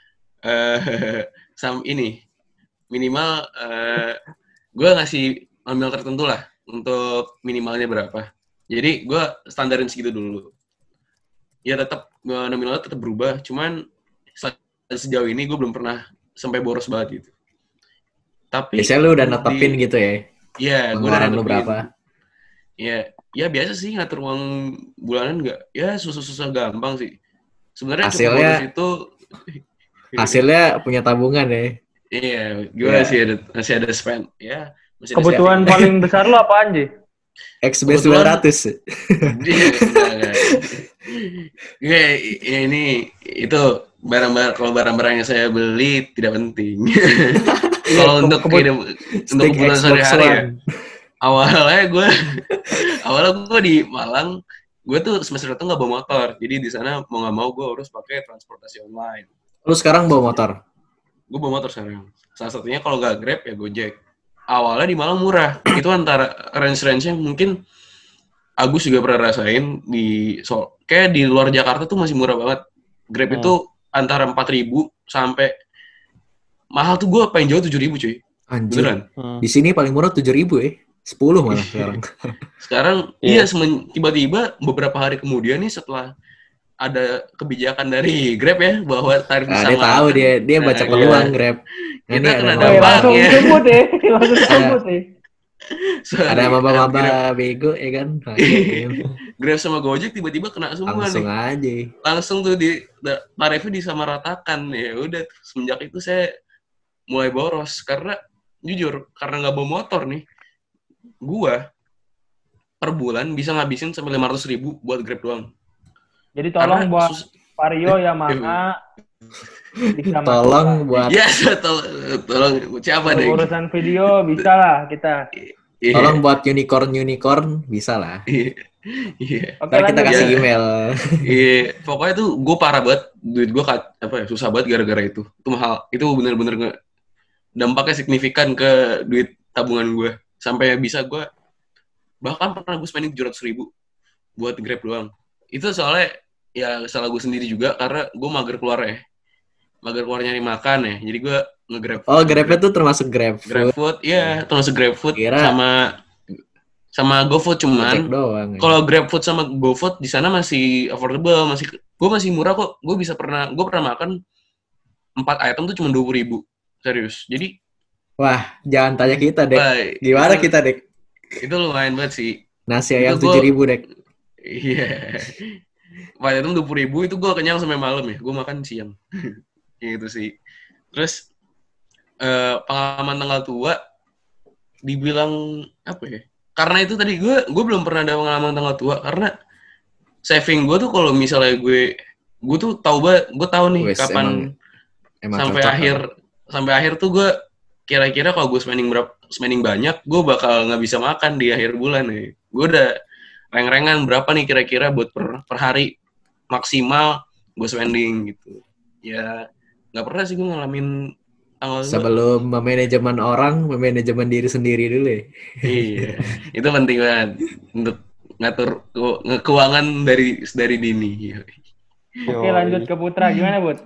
uh, sam ini minimal uh, gue ngasih ambil tertentu lah untuk minimalnya berapa. Jadi gue standarin segitu dulu. Ya tetap nominalnya tetap berubah, cuman sejauh ini gue belum pernah sampai boros banget gitu. Tapi biasanya lu udah netepin di, gitu ya? Iya, gue udah netepin. Lu berapa? Ya, ya biasa sih ngatur uang bulanan nggak, ya susah-susah gampang sih. Sebenarnya hasilnya, cukup boros itu. Hasilnya punya tabungan ya? Iya, gue yeah. masih ada masih ada spend. Ya, masih kebutuhan ada paling besar lo apaan sih? X B sembilan ratus. Iya, ini itu barang-barang, kalau barang-barang yang saya beli tidak penting. Kalau untuk kehidup, untuk kebutuhan sehari-hari ya. Awalnya gue, awalnya gue di Malang, gue tuh semester itu nggak bawa motor. Jadi di sana mau nggak mau gue harus pakai transportasi online. Lu sekarang bawa motor? Gue bawa motor sekarang. Salah satunya kalau nggak Grab ya Gojek. Awalnya di Malang murah. Itu antara range-range yang mungkin Agus juga pernah rasain di so, kayak di luar Jakarta tuh masih murah banget. Grab Hmm. itu antara empat ribu sampai mahal tuh gue paling jauh tujuh ribu cuy. Anjir. Beneran. Hmm. Di sini paling murah tujuh ribu ya. sepuluh malah sekarang. Sekarang Iya. iya semen, tiba-tiba beberapa hari kemudian nih setelah ada kebijakan dari Grab ya bahwa tarif Nah, dia disamakan. tahu dia dia Nah, baca iya. peluang Grab. Nah, Kita ini kena ada Oh, ya, dampak langsung ya. sebut ya, langsung sebut ya. Sorry, ada Grab, maba-maba bego ya kan. Langsung, Grab sama Gojek tiba-tiba kena semua langsung nih. aja. Langsung tuh di da- tarifnya disamaratakan. Ya udah semenjak itu saya mulai boros karena jujur karena nggak bawa motor nih, gua per bulan bisa ngabisin sampai lima ratus ribu buat Grab doang. Jadi tolong Karena buat sus- Vario Yamaha bisa masuk Tolong lah. buat ya tolong, tolong siapa Untuk deh? urusan video bisa lah kita. Iya. tolong buat unicorn-unicorn bisa lah. Iya. Iya. Oke, Ntar kita lanjut. kasih Ya. email. Iya, pokoknya tuh gue parah banget, duit gue apa ya susah banget gara-gara itu. Itu mahal, itu bener-bener nge dampaknya signifikan ke duit tabungan gue. Sampai bisa gue bahkan pernah gue spending tujuh ratus ribu buat Grab doang. Itu soalnya ya salah gue sendiri juga karena gue mager keluar ya, mager keluar nyari makan ya. Jadi gue nge-Grab. Oh, Grabnya tuh termasuk Grab Grab Food, Food, iya, termasuk Grab Food Kira- sama sama GoFood Gojek cuman. doang. Ya. Kalau GrabFood sama GoFood di sana masih affordable, masih gue masih murah kok. Gue bisa pernah gue pernah makan empat item tuh cuma dua puluh ribu. Serius. Jadi Wah, jangan tanya kita, Dek. wah, Gimana itu, kita, Dek? Itu lumayan banget sih. Nasi Itu ayam gua- tujuh ribu, Dek. Iya. empat item dua puluh ribu itu gue kenyang sampai malam ya. Gue makan siang. Gitu sih. Terus eh, pengalaman tanggal tua dibilang apa ya? Karena itu tadi gue gue belum pernah ada pengalaman tanggal tua karena saving gue tuh kalau misalnya gue gue tuh tahu banget gue tahu nih Wes, kapan emang- Emang sampai cocok, akhir kan? sampai akhir tuh gue kira-kira kalau gue spending berapa spending banyak gue bakal nggak bisa makan di akhir bulan nih. Gue udah reng-rengan berapa nih kira-kira buat per, per hari maksimal gue spending gitu. Ya nggak pernah sih gue ngalamin tanggal tua. Sebelum memanajemen orang, memanajemen diri sendiri dulu ya. Iya, itu penting banget untuk ngatur ke- nge- keuangan dari dari dini. Oke, lanjut ke Putra. Gimana, Bud?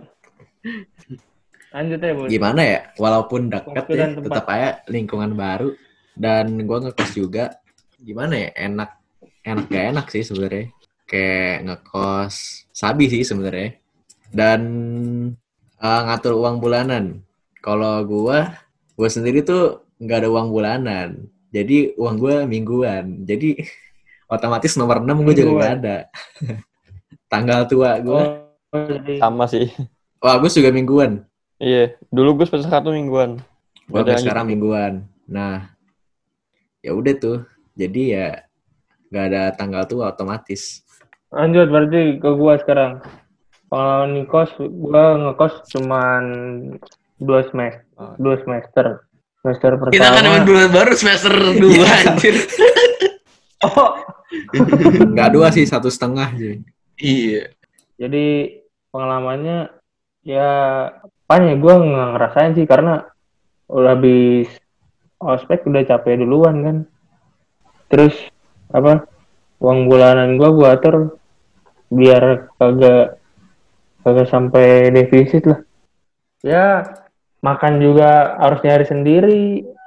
Lanjut ya, Bud. Gimana ya? Walaupun dekat Waktu ya, dan tempat. tetap aja lingkungan baru. Dan gue ngekos juga. Gimana ya? Enak, enak gak enak sih sebenarnya. Kayak ngekos sabi sih sebenarnya. Dan uh, ngatur uang bulanan. Kalau gue, gue sendiri tuh nggak ada uang bulanan. Jadi uang gue mingguan. Jadi otomatis nomor enam gue juga nggak ada. Tanggal tua gue. Oh, jadi Sama sih. Wah, gue juga mingguan. Iya, dulu gue semester satu mingguan. Gue Ada sekarang gitu. mingguan. Nah, ya udah tuh. Jadi ya nggak ada tanggal tua otomatis. lanjut berarti ke gua sekarang. Pengalaman ngekos, gua ngekos cuman dua semester, Oh. dua semester. Semester Kita kan pertama. bulan baru semester dua anjir. Oh, Nggak dua sih, satu setengah sih. Iya. jadi pengalamannya ya apa ya, gue nggak ngerasain sih karena udah habis ospek udah capek duluan kan. Terus apa uang bulanan gue gue atur biar kagak kagak sampai defisit lah. Ya makan juga harus nyari sendiri.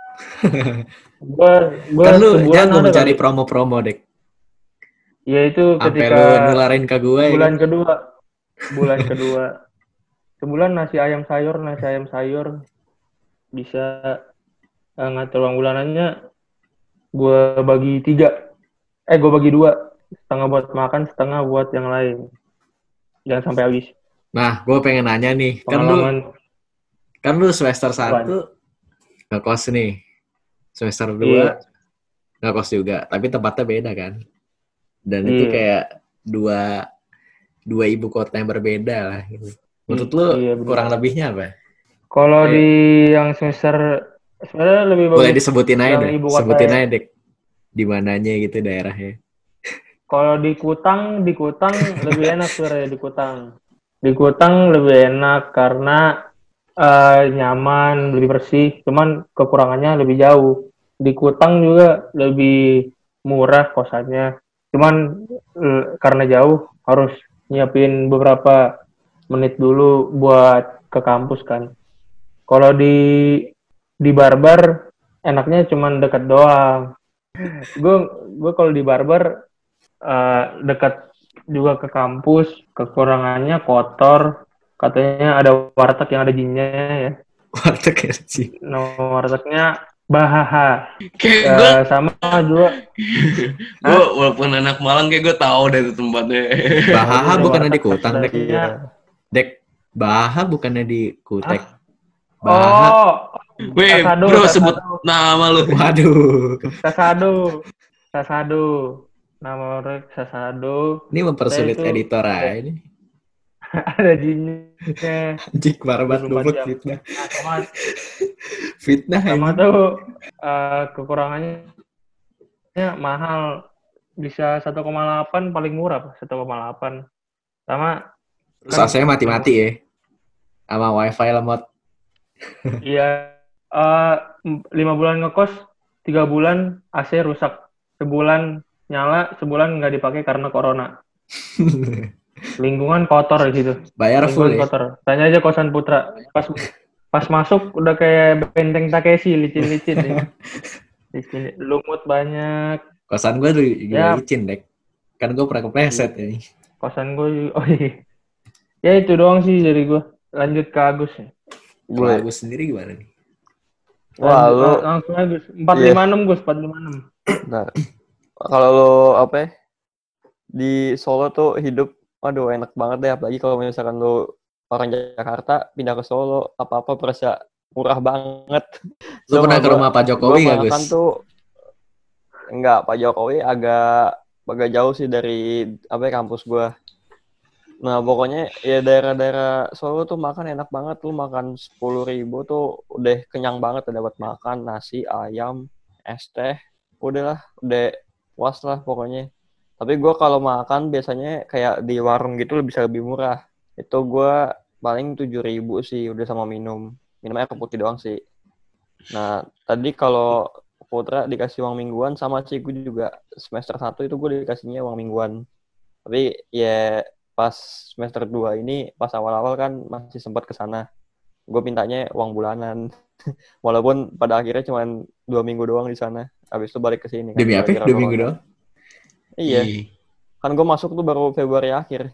Gue gue Kan lu sebulan jangan ada mencari kali. promo-promo, Dek. Ya itu Sampai ketika lu nularin ke gue ya. bulan kan? kedua bulan kedua sebulan nasi ayam sayur nasi ayam sayur bisa eh, ngatur uang bulanannya gue bagi tiga eh gue bagi dua setengah buat makan setengah buat yang lain jangan sampai habis. Nah, gue pengen nanya nih. Kan lu, Pengalaman kan lu semester satu ngekos nih. Semester dua ngekos juga. Tapi tempatnya beda kan. Dan itu Iya. kayak dua dua ibu kota yang berbeda lah. Gitu. Menurut lu Iya, benar. kurang lebihnya apa? kalau Iya. di yang semester sebenarnya lebih bagus. Boleh disebutin aja yang deh. ibu kota Sebutin ya. aja, Dek. Di mananya gitu daerahnya. Kalau di Kutang, di Kutang lebih enak sebenarnya di Kutang. Di Kutang lebih enak karena eh, nyaman, lebih bersih. Cuman kekurangannya lebih jauh. Di Kutang juga lebih murah kosannya. Cuman eh, karena jauh harus nyiapin beberapa menit dulu buat ke kampus kan. Kalau di di barber enaknya cuman dekat doang. Gue gue kalau di barber uh, dekat juga ke kampus, kekurangannya kotor. Katanya ada warteg yang ada jinnya ya. Warteg ya sih. Nama wartegnya Bahaha. Kayak Uh, gue sama juga. gue walaupun anak Malang kayak gue tahu deh itu tempatnya. Bahaha Ada bukannya di warteg Kutang, Dek. khasnya. Dek, Bahaha bukannya di Kutek. Ah? Bahaha. Oh, Weh, Sasado, bro Sasado. sebut nama lu. Waduh. Sasado, Sasado. Nama orang Sasado. Ini mempersulit Saya itu- editor aja ini. Ada jinnya. Anjing parah banget dua puluh empat lumut jam. fitnah. Nah, sama, Fitnah sama ini. tuh uh, kekurangannya mahal. Bisa satu koma delapan paling murah, Pak. satu koma delapan. Sama Terus A C mati-mati ya. Sama wifi lemot. iya uh, lima bulan ngekos, tiga bulan A C rusak. Sebulan nyala, sebulan nggak dipakai karena corona. Lingkungan kotor di situ. Bayar full Lingkungan ya. kotor. Tanya aja kosan Putra. Pas pas masuk udah kayak benteng Takeshi, licin-licin nih. Licin, lumut banyak. Kosan gue tuh juga Ya. licin, Dek. Kan gue pernah kepleset ya. Kosan gue, oh iya. Ya itu doang sih dari gue. Lanjut ke Agus ya. Kalau Gue, Agus sendiri gimana nih? wah Lanjut, lu, langsung Agus. empat lima enam Gus, empat lima enam. nah, kalau lu apa ya, di Solo tuh hidup, aduh enak banget deh. Apalagi kalau misalkan lu orang Jakarta pindah ke Solo, apa-apa berasa murah banget. Lu pernah Sama ke gua- rumah Pak Jokowi gua gak, Gus? makan tuh enggak, Pak Jokowi agak agak jauh sih dari apa ya, kampus gua. Nah, pokoknya ya daerah-daerah Solo tuh makan enak banget. Lu makan sepuluh ribu tuh udah kenyang banget, udah dapat makan nasi, ayam, es teh. Udahlah, udah puas lah pokoknya. Tapi gua kalau makan biasanya kayak di warung gitu bisa lebih murah. Itu gua paling tujuh ribu sih udah sama minum. Minum air putih doang sih. Nah, tadi kalau Putra dikasih uang mingguan, sama sih gue juga semester satu itu gue dikasihnya uang mingguan. Tapi ya pas semester dua ini, pas awal-awal kan masih sempat ke sana. Gue mintanya uang bulanan. Walaupun pada akhirnya cuma dua minggu doang di sana. Habis itu balik ke sini. Kan, Demi apa? gara-gara Dua minggu corona. doang? Iya. Kan gue masuk tuh baru Februari akhir.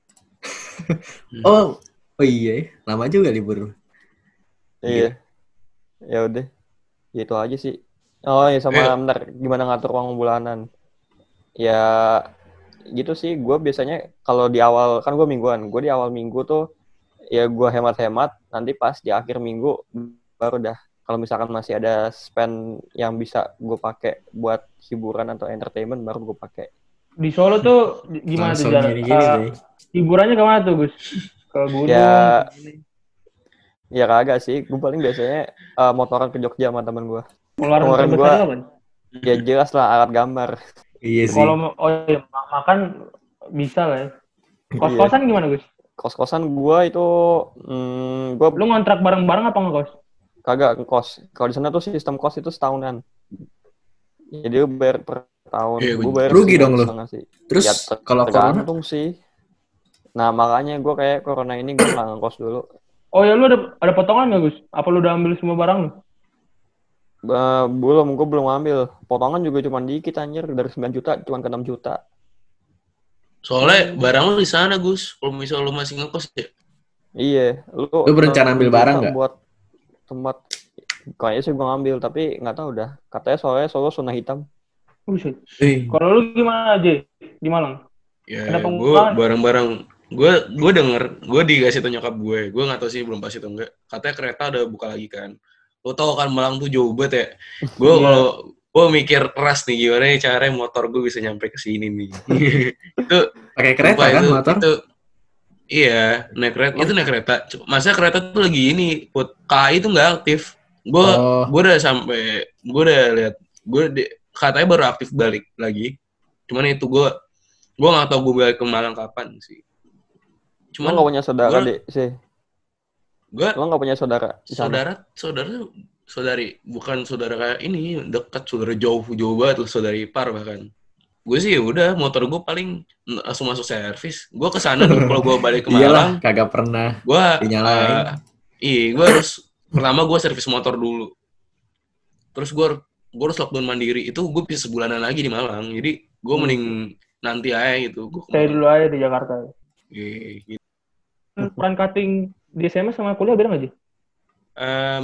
Oh, oh iya. Lama juga libur. Iya. Ya udah. Gitu aja sih. Oh iya, sama Eh. bentar, gimana ngatur uang bulanan. Ya gitu sih, gue biasanya kalau di awal, kan gue mingguan, gue di awal minggu tuh ya gue hemat-hemat, nanti pas di akhir minggu baru dah. Kalau misalkan masih ada spend yang bisa gue pakai buat hiburan atau entertainment, baru gue pakai. Di Solo tuh di- gimana tuh Langsung Jar? gini-gini Eh, deh. hiburannya kemana tuh Gus? Ke gunung? Ya- ke ini? Ya kagak sih, gue paling biasanya uh, motoran ke Jogja sama temen gue. Pengeluaran Pengeluaran terbesar gua- apa? Ya jelas lah, alat gambar. Iya sih. Kalau mau- oh iya, ma- makan bisa lah ya. Kos-kosan gimana Gus? Kos-kosan gue itu, hmm, gue Lu ngontrak bareng-bareng apa ngekos? kagak ngekos. Kalau di sana tuh sistem kos itu setahunan. Jadi lu bayar per tahun. Iya, Gue bayar rugi dong lu. setengah sih. Terus Ya, ter- kalau corona, tergantung sih. Nah makanya gue kayak corona ini gue nggak ngekos dulu. Oh ya lu ada ada potongan nggak Gus? Apa lu udah ambil semua barang lu? Ba- belum, gue belum ambil. Potongan juga cuma dikit anjir. Dari sembilan juta cuma ke enam juta. Soalnya barang lu di sana, Gus. Kalau misal lu masih ngekos ya. Iya. Lu, Lu berencana ambil enam juta barang nggak? Buat tempat. Kayaknya sih gue ngambil. Tapi nggak tahu dah. Katanya soalnya Solo zona hitam. Buset. eh, Kalau lu gimana aja di Malang? Ya, Ada gue pengurangan? barang-barang gue gue denger gue dikasih tau nyokap gue gue nggak tahu sih belum pasti atau enggak katanya kereta udah buka lagi kan lo tau kan Malang tuh jauh banget ya gue Iya. kalau gue mikir keras nih gimana nih caranya motor gue bisa nyampe ke sini nih itu pakai kereta sumpah kan itu, motor? itu iya naik kereta itu naik kereta masa kereta tuh lagi ini put K A I tuh nggak aktif gue Oh. gue udah sampai gue udah lihat gue di- katanya baru aktif balik lagi cuman itu gue gue nggak tahu gue balik ke Malang kapan sih Lo cuman nggak punya saudara gua- deh sih. gue Lo nggak punya saudara di sana? saudara saudara saudari bukan saudara kayak ini dekat saudara jauh jauh banget loh saudara ipar bahkan gue sih ya udah motor gue paling langsung masuk servis. Gue kesana nih kalau gue balik ke Iyalah, Malang, kagak pernah gue dinyalain. uh, iya gue harus pertama gue servis motor dulu. Terus gue gue harus lockdown mandiri. Itu gue bisa sebulanan lagi di Malang. Jadi gue Hmm. mending nanti aja gitu. Gue Stay dulu aja di Jakarta. Iya, gitu. Peran cutting di S M A sama kuliah beda nggak sih? Um,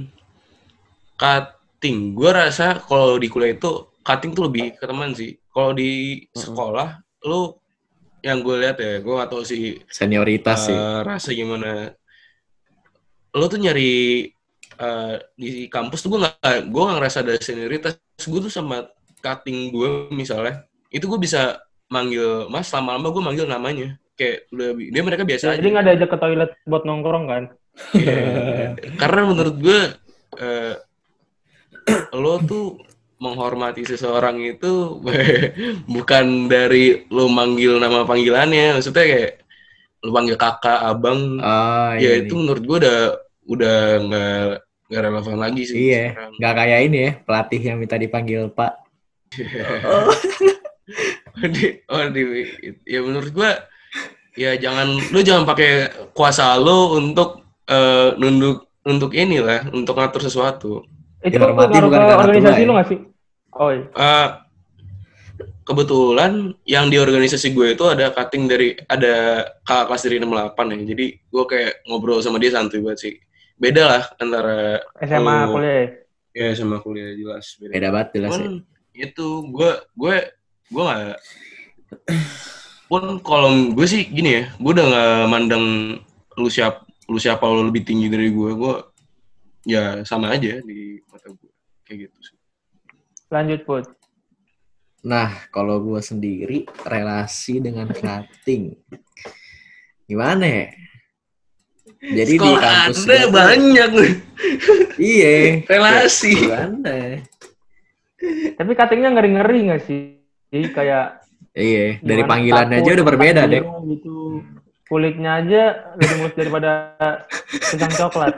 cutting, gue rasa kalau di kuliah itu cutting tuh lebih ke teman sih. Kalau di sekolah, lu yang gue lihat ya, gue gak tau sih Senioritas sih. uh, rasa gimana. Lu tuh nyari uh, di kampus tuh gue gak, gue gak ngerasa ada senioritas. Gue tuh sama cutting gue misalnya, itu gue bisa manggil mas, lama-lama gue manggil namanya. Kayak udah, dia mereka biasa Ya, aja. jadi nggak ada ajak ke toilet buat nongkrong kan? Yeah. Karena menurut gue uh, lo tuh menghormati seseorang itu bukan dari lo manggil nama panggilannya, maksudnya kayak lo panggil kakak, abang, Oh, ya iya itu nih. menurut gue udah udah nggak nggak relevan lagi sih. Iya, sekarang. nggak kayak ini ya pelatih yang minta dipanggil Pak. oh. di, oh di, ya menurut gue ya jangan lo jangan pakai kuasa lo untuk uh, nunduk untuk inilah untuk ngatur sesuatu. Itu Dihormati ngaruh bukan ke karena organisasi tua, lu ya? nggak sih? Oh iya. Uh, kebetulan yang di organisasi gue itu ada cutting dari ada kakak kelas dari enam puluh delapan ya. Jadi gue kayak ngobrol sama dia santuy banget sih. Beda lah antara S M A lo, kuliah. ya sama kuliah jelas beda. Beda banget jelas ya. Pun itu gue gue gue nggak pun kalau gue sih gini ya, gue udah nggak mandang lu siap lu siapa lu lebih tinggi dari gue, gue ya sama aja di mata gue kayak gitu sih. Lanjut Put. Nah, kalau gue sendiri relasi dengan cutting gimana ya? Jadi sekolah di kampus Anda gua banyak tuh, iya relasi. Gimana? Tapi cuttingnya ngeri-ngeri nggak sih? Jadi kayak Iya, dari gimana, panggilannya aja takut, udah berbeda deh. gitu. Kulitnya aja lebih mulus daripada pisang coklat.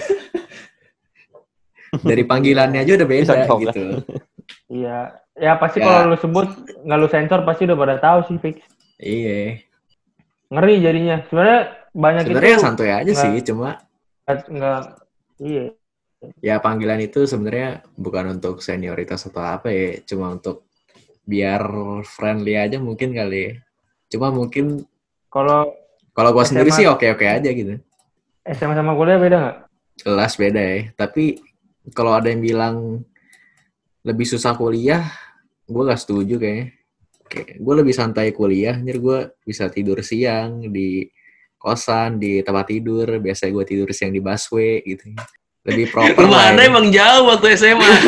Dari panggilannya aja udah beda Pisang coklat. gitu. Iya, ya pasti Ya. kalau lu sebut nggak lu sensor pasti udah pada tahu sih fix. Iya. Ngeri jadinya. Sebenarnya banyak Sebenarnya itu santuy aja nggak- sih, cuma nggak iya. ya panggilan itu sebenarnya bukan untuk senioritas atau apa ya, cuma untuk biar friendly aja mungkin kali ya. Cuma mungkin Kalau kalau gua S M A sendiri sih oke-oke aja gitu. S M A sama kuliah beda nggak? Jelas beda ya. Tapi kalau ada yang bilang lebih susah kuliah, gue gak setuju kayaknya. Kayak gue lebih santai kuliah, anjir gue bisa tidur siang di kosan, di tempat tidur. Biasanya gue tidur siang di busway gitu. Lebih proper Rumah lah. Anda Ya. emang jauh waktu S M A.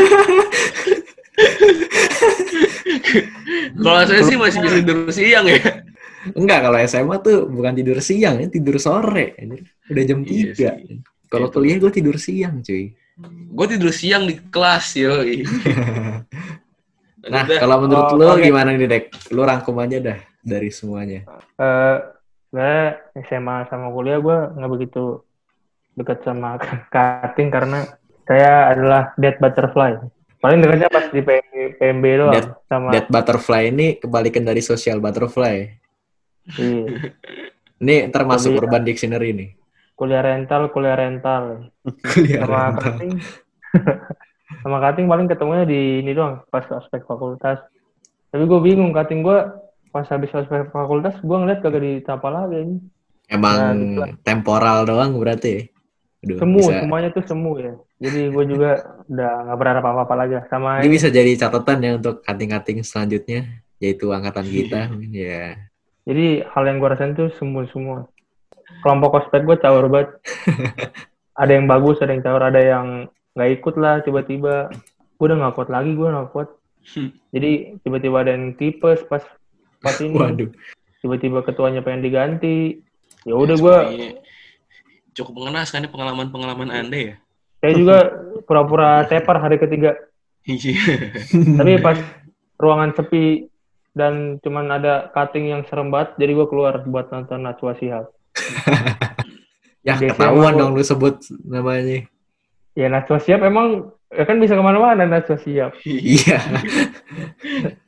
Kalau saya sih masih bisa tidur siang ya. Enggak, kalau S M A tuh bukan tidur siang, ya tidur sore. Anjir. Udah jam Iya tiga. sih. Kalau Itu. kuliah gue tidur siang, cuy. Gue tidur siang di kelas, yoi. Nah, Udah. kalau menurut Oh, lu oke. gimana nih, Dek? Lu rangkum aja dah dari semuanya. Eh, gue S M A sama kuliah gue nggak begitu dekat sama cutting karena saya adalah dead butterfly. Paling dekatnya pas di P M B doang Dead- sama Dead butterfly ini kebalikan dari social butterfly. iya. Ini termasuk Kuliah. Urban Dictionary nih. Kuliah rental, kuliah rental. Kuliah Sama rental. cutting. Sama cutting paling ketemunya di ini doang pas aspek fakultas. Tapi gue bingung cutting gue pas habis aspek fakultas gue ngeliat kagak ditapa lagi ini. Emang Ya, gitu lah. temporal doang berarti ya? Aduh, Semu, bisa, semuanya tuh semu ya. Jadi gue juga udah nggak berharap apa-apa lagi sama ini ini. bisa jadi catatan ya untuk cutting-cutting selanjutnya, yaitu angkatan kita. Ya. Jadi hal yang gue rasain tuh semu semua. Kelompok ospek gue caur banget. Ada yang bagus, ada yang caur, ada yang nggak ikut lah tiba-tiba. Gue udah nggak kuat lagi, gue nggak kuat. Jadi tiba-tiba ada yang tipes pas pas ini. Waduh. Tiba-tiba ketuanya pengen diganti. Ya udah gue, Sepertinya cukup mengenaskan ya pengalaman-pengalaman Anda ya. saya juga pura-pura tepar hari ketiga. Iya. Tapi pas ruangan sepi dan cuman ada cutting yang serem banget, jadi gue keluar buat nonton Najwa Shihab. Ya Biasanya ketahuan emang- dong lu sebut namanya. Ya Najwa Shihab emang ya kan bisa kemana-mana Najwa Shihab. Iya.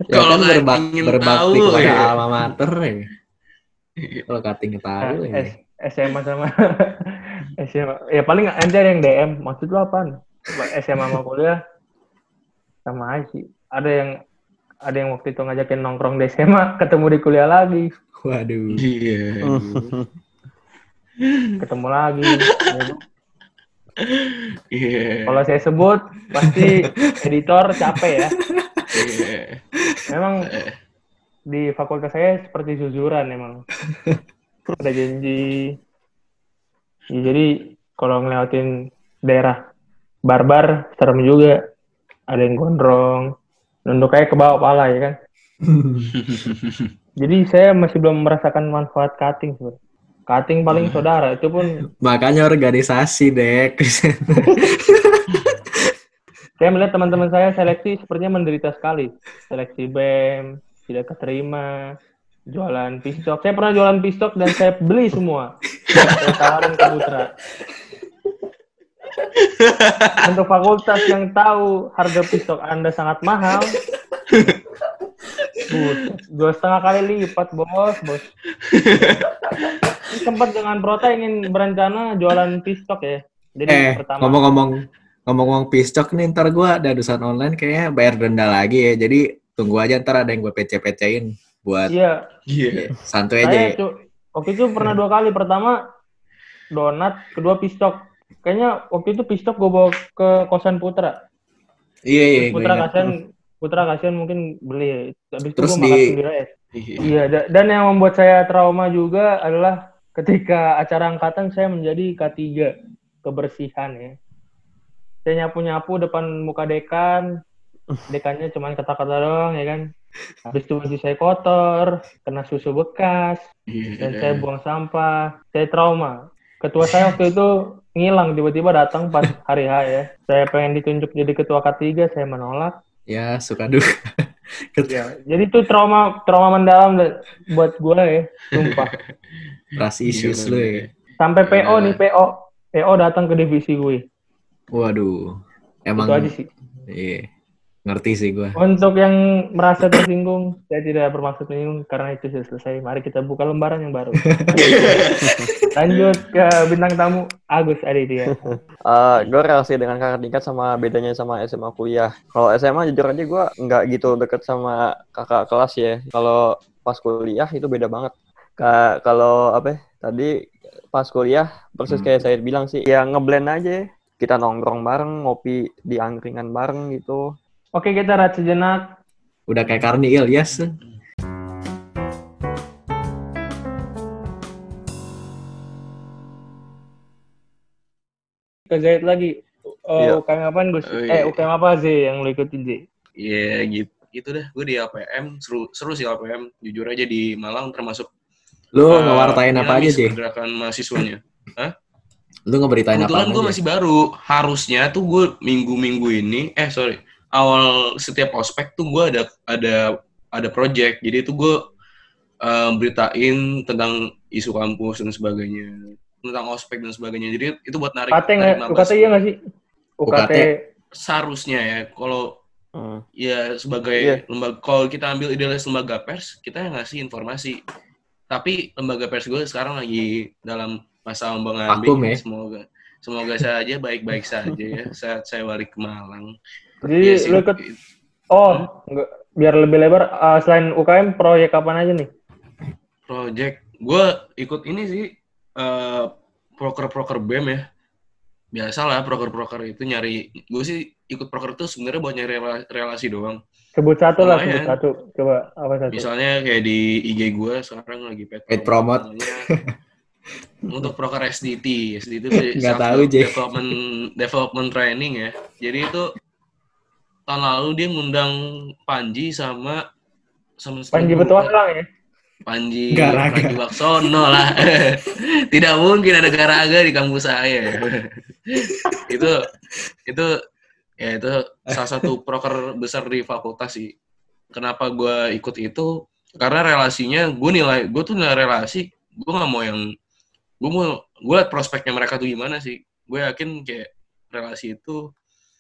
Ya Kalau kan nggak berbak ingin berbakti tahu, kepada ya. alma mater ya. Kalau cutting Nah, tahu ya. S- SMA sama S M A. Ya paling nanti ada yang D M. Maksud lu apaan? S M A sama kuliah sama aja sih. Ada yang ada yang waktu itu ngajakin nongkrong di S M A, ketemu di kuliah lagi, Waduh. Iya. ketemu lagi. Ya, Bu. Iya. Kalau saya sebut pasti editor capek ya. Iya. Memang di fakultas saya seperti zuzuran emang. Ada janji. Ya, jadi kalau ngelewatin daerah barbar serem juga. Ada yang gondrong, nunduk kayak ke bawah kepala ya kan. Jadi saya masih belum merasakan manfaat cutting sebenarnya. Cutting paling saudara itu pun Makanya organisasi, Dek. saya melihat teman-teman saya seleksi sepertinya menderita sekali. Seleksi B E M, tidak keterima, jualan pistok. Saya pernah jualan pistok dan saya beli semua. Saya tawarin ke Putra. Untuk fakultas yang tahu harga pistok Anda sangat mahal, buset, dua setengah kali lipat, bos, bos. Sempat dengan Prota ingin berencana jualan pistok ya. Jadi Eh, pertama ngomong-ngomong ngomong-ngomong pistok nih, ntar gue dadusan online kayaknya bayar denda lagi ya. Jadi tunggu aja ntar ada yang gue pece-pecein buat iya, Iya. santuy aja saya ya. cu- waktu itu pernah dua kali. Pertama donat, kedua pistok. Kayaknya waktu itu pistok gue bawa ke kosan Putra. Iya, iya, Terus gue Putra ingat. kasihan, Putra kasihan mungkin beli. Habis itu Terus gue di- makan sendiri aja. Iya. Iya, da- dan yang membuat saya trauma juga adalah ketika acara angkatan saya menjadi K tiga kebersihan ya. Saya nyapu-nyapu depan muka dekan, dekannya cuma kata-kata doang ya kan. Habis itu baju saya kotor, kena susu bekas, Iya. dan saya buang sampah. Saya trauma. Ketua saya waktu itu ngilang, tiba-tiba datang pas hari H ya. Saya pengen ditunjuk jadi ketua K tiga, saya menolak. Ya, suka duka. Ya, jadi itu trauma trauma mendalam dan- buat gue ya, sumpah. Trust issues lu ya. Sampai P O Iya. nih, P O. P O datang ke divisi gue. Waduh. Emang Itu aja sih. iya. Ngerti sih gue. Untuk yang merasa tersinggung, saya tidak bermaksud menyinggung karena itu sudah selesai. Mari kita buka lembaran yang baru. Lanjut ke bintang tamu Agus Aditya. Uh, gue relasi dengan kakak tingkat sama bedanya sama S M A kuliah. Kalau S M A jujur aja gue nggak gitu deket sama kakak kelas ya. Kalau pas kuliah itu beda banget. Ka- Kalau apa ya, tadi pas kuliah persis kayak saya bilang sih, ya ngeblend aja. Kita nongkrong bareng, ngopi di angkringan bareng gitu. Oke, kita rehat sejenak. Udah kayak Karni Ilyas. Ke Zaid lagi. Oh, Iya. U K M apaan, Gus? Oh, Eh, iya. U K M apa sih yang lu ikutin, Zi? Iya gitu. Itu dah, gue di A P M, seru seru sih A P M. Jujur aja di Malang termasuk Lu eh, ngewartain apa aja, dinamis Jay? pergerakan mahasiswanya. Lu ngeberitain apa Kebetulan gue aja? masih baru. Harusnya tuh gue minggu-minggu ini, eh sorry, awal setiap ospek tuh gue ada ada ada project. Jadi itu gue eh, beritain tentang isu kampus dan sebagainya, tentang ospek dan sebagainya. Jadi itu buat narik. U K T nggak? narik U K T iya nggak sih? U K T. U K T. Seharusnya ya, kalau Hmm. ya sebagai Iya. lembaga, kalau kita ambil idealis lembaga pers, kita yang ngasih informasi. Tapi lembaga pers gue sekarang lagi dalam masa Vakum ombang-ambing. ya? Semoga semoga saja baik-baik saja ya saat saya balik ke Malang. Jadi Iya sih. lu ikut Oh, enggak. Biar lebih lebar, uh, selain U K M, proyek kapan aja nih? Project gue ikut ini sih eh, proker-proker B E M ya. Biasalah proker-proker itu nyari, gue sih ikut proker itu sebenarnya buat nyari rela- relasi doang. Sebut satu lah, sebut Lumayan. satu. Coba, apa satu? Misalnya kayak di I G gue sekarang lagi pet Paid promote. namanya untuk proker S D T. S D T itu Nggak self tahu, Jay. development development training ya. Jadi itu tahun lalu dia ngundang Panji sama sama Panji guru. Petualang ya? Panji Garaga. Pragiwaksono lah. Tidak mungkin ada Garaga di kampus saya. itu itu ya itu salah satu proker besar di fakultas sih. Kenapa gue ikut itu? Karena relasinya gue nilai gue tuh nilai relasi, gue nggak mau yang gue mau gue liat prospeknya mereka tuh gimana sih. Gue yakin kayak relasi itu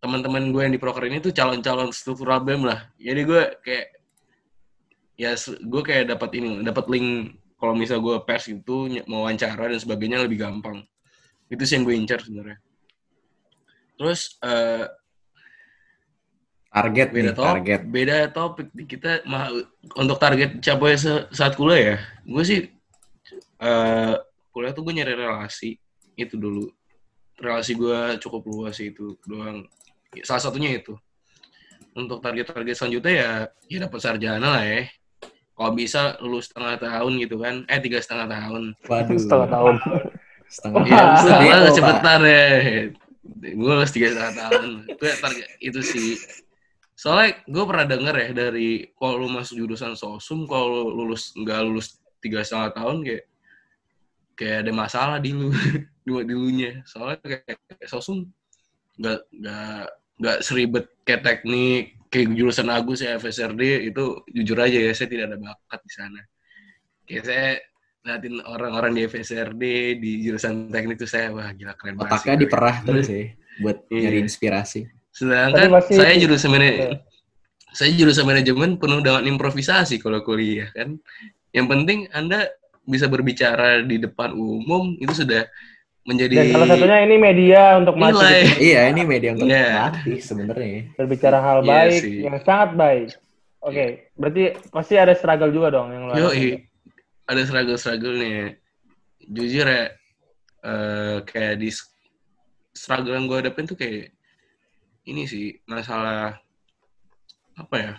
teman-teman gue yang di proker ini tuh calon-calon struktural B E M lah. Jadi gue kayak ya gue kayak dapat ini, dapat link kalau misal gue pers itu mau wawancara dan sebagainya lebih gampang. Itu sih yang gue incar sebenarnya. Terus uh, target beda nih, top, target. Beda topik kita mah untuk target capai saat kuliah ya. Gue sih uh, kuliah tuh gue nyari relasi itu dulu. Relasi gue cukup luas itu doang. Salah satunya itu. Untuk target-target selanjutnya ya ya dapat sarjana lah ya. Kalau bisa lulus setengah tahun gitu kan. Eh tiga setengah tahun. Waduh. Setengah tahun. Setengah Iya, setengah tahun. cepetan ya. Gue lulus tiga setengah tahun. Itu target itu sih. Soalnya gue pernah denger ya dari kalau lu masuk jurusan sosum, kalau lulus nggak lulus tiga setengah tahun kayak kayak ada masalah di lu, di dilunya. Soalnya kayak, kayak sosum nggak nggak nggak seribet kayak teknik kayak jurusan Agus ya F S R D itu jujur aja ya saya tidak ada bakat di sana. Kayak saya liatin orang-orang di F S R D di jurusan teknik itu saya wah gila keren banget. Otaknya diperah terus ya buat nyari inspirasi. Sedangkan pasti, saya jurusan manajemen, saya jurusan manajemen penuh dengan improvisasi kalau kuliah kan. Yang penting Anda bisa berbicara di depan umum itu sudah menjadi. Dan salah satunya ini media untuk nilai. Iya, ini media untuk yeah. melatih sebenarnya. Berbicara hal Iya baik sih. yang sangat baik. Oke, okay. Berarti pasti ada struggle juga dong yang Yo, ada struggle-struggle nih. Jujur ya, uh, kayak di struggle yang gue hadapin tuh kayak ini sih masalah apa ya?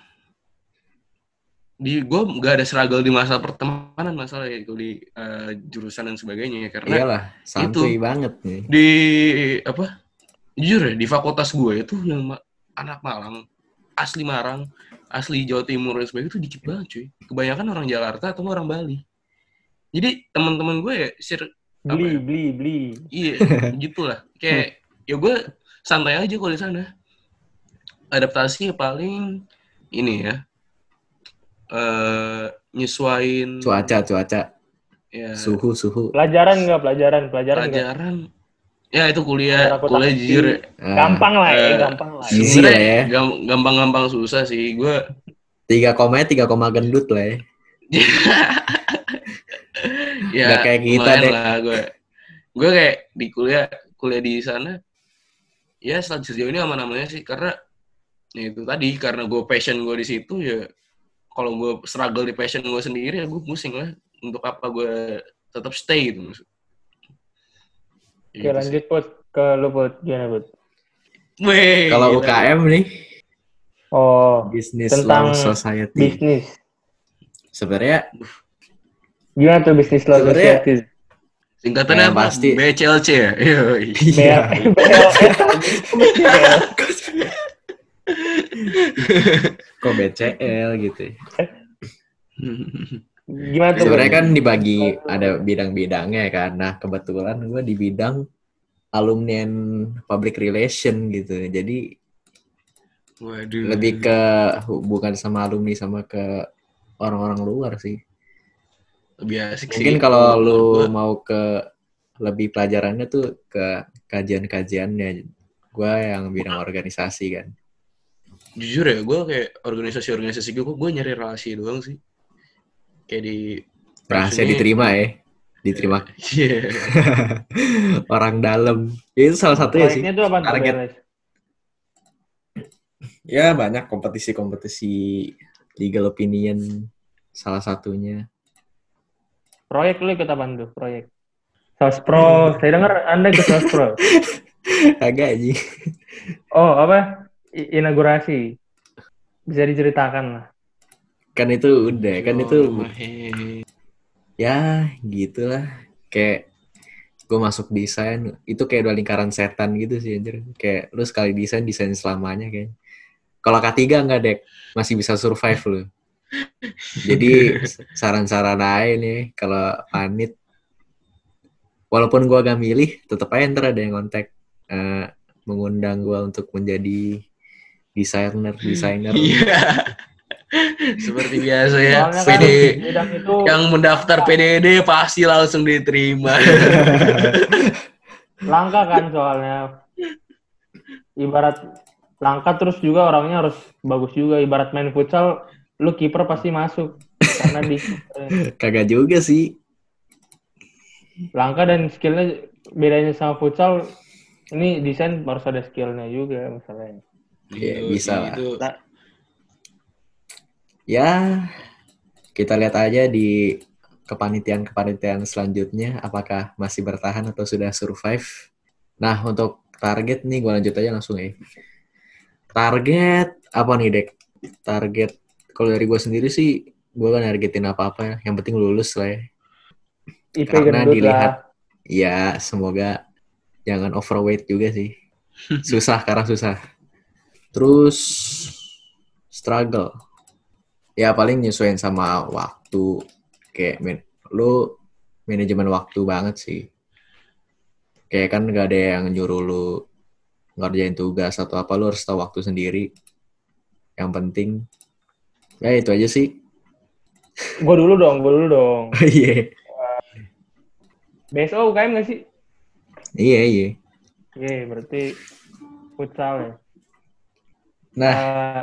Di gue nggak ada struggle di masa pertemanan masalah ya di uh, jurusan dan sebagainya karena iyalah santuy itu, banget nih di apa jujur ya di fakultas gue itu yang ma- anak Malang asli Marang asli Jawa Timur dan sebagainya itu dikit banget cuy, kebanyakan orang Jakarta atau orang Bali. Jadi teman-teman gue ya sir beli ya? beli beli iya gitulah kayak ya gue santai aja kalau di sana. Adaptasi paling ini ya Uh, nyesuain cuaca cuaca ya, suhu suhu pelajaran nggak pelajaran pelajaran pelajaran ya itu kuliah kuliah jujur gampang lah ya uh, gampang lah easy lah ya gampang-gampang susah sih gue tiga koma tiga koma gendut lah ya ya nggak kayak kita deh lah gue gue kayak di kuliah kuliah di sana ya sejauh ini aman-amannya sih karena ya itu tadi karena gue passion gue di situ ya. Kalau gue struggle di passion gue sendiri, ya gue pusing lah. Untuk apa gue tetap stay gitu. Oke, gitu lanjut Put. Ke lu Put. Gimana Put? Kalau U K M nih. Oh, Business tentang Law Society. Bisnis. Sebenarnya. Gimana tuh Business Law Society? Singkatannya apa? Pasti. B C L C ya? Iya. B L S. Kok B C L gitu. Gimana tuh? Sebenarnya kan dibagi ada bidang-bidangnya kan. Nah, kebetulan gue di bidang alumni and public relation gitu. Jadi Waduh. lebih ke hubungan sama alumni sama ke orang-orang luar sih. Lebih asik Mungkin sih. Mungkin kalau lu gua... mau ke lebih pelajarannya tuh ke kajian-kajiannya. Gue yang bidang organisasi kan. Jujur ya, gue kayak organisasi-organisasi gue, gue nyari rahasia doang sih. Kayak di... Rahasia diterima ya. Diterima. Iya. Yeah. Orang dalam. Itu salah satunya sih. Proyeknya tuh apa? Target. Ya banyak kompetisi-kompetisi legal opinion. Salah satunya. Proyek lu ikut apaan tuh? Proyek. Sospro. Saya dengar Anda ikut Sospro. Agak aja. Oh, apa? Inaugurasi. Bisa diceritakan lah. Kan itu udah, kan itu oh, ya gitulah. Kayak gue masuk desain, itu kayak dua lingkaran setan gitu sih anjir. Kayak lu sekali desain, desain selamanya kayak. Kalau K tiga enggak, Dek. Masih bisa survive lu. Jadi saran-saran aja nih kalau panit. Walaupun gue gak milih, tetap aja ntar ada yang kontak. Uh, mengundang gue untuk menjadi desainer desainer iya seperti biasa ya soalnya P D kan, itu... yang mendaftar P D D pasti langsung diterima langka kan soalnya ibarat langka, terus juga orangnya harus bagus juga. Ibarat main futsal, lu kiper pasti masuk karena di Kagak juga sih. langka dan skillnya bedanya sama futsal. Ini desain harus ada skillnya juga masalahnya. Ya, Iya, bisa lah. itu. Nah, Ya, kita lihat aja di kepanitiaan-kepanitiaan selanjutnya apakah masih bertahan atau sudah survive. Nah, untuk target nih gue lanjut aja langsung ya. Target apa nih, Dek? Target kalau dari gue sendiri sih gue gak nargetin apa-apa, yang penting lulus lah ya. I P Karena gendut dilihat, lah. ya semoga jangan overweight juga sih. Susah, karena susah. Terus struggle. Ya paling nyesuaiin sama waktu. Kayak men, lu manajemen waktu banget sih. Kayak kan gak ada yang nyuruh lu ngerjain tugas atau apa, lu harus tahu waktu sendiri. Yang penting, ya itu aja sih. Gue dulu dong, gue dulu dong. Iya. B S O U K M nggak sih? Iya, iya. Iya, yeah, berarti futsal ya. Nah, Uh,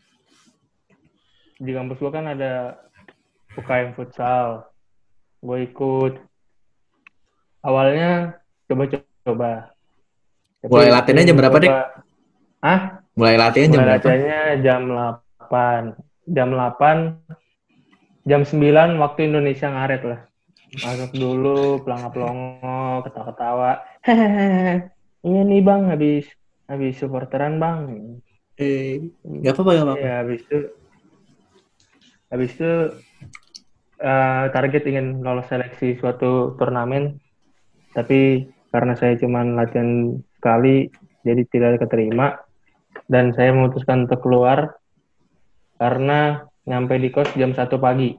di kampus gue kan ada U K M futsal. Gue ikut. Awalnya coba-coba. Tapi mulai latihannya jam berapa, coba, Dek? Hah? Mulai latihan jam Mulai berapa? latihannya jam delapan. Jam delapan, jam sembilan waktu Indonesia ngaret lah. Masuk dulu, pelangap-pelongo, ketawa-ketawa. Hehehe, iya nih bang, habis habis supporteran bang. Eh, nggak apa-apa, nggak apa-apa. Iya, habis itu, habis itu uh, target ingin lolos seleksi suatu turnamen, tapi karena saya cuma latihan sekali, jadi tidak keterima, dan saya memutuskan untuk keluar karena nyampe di kos jam satu pagi.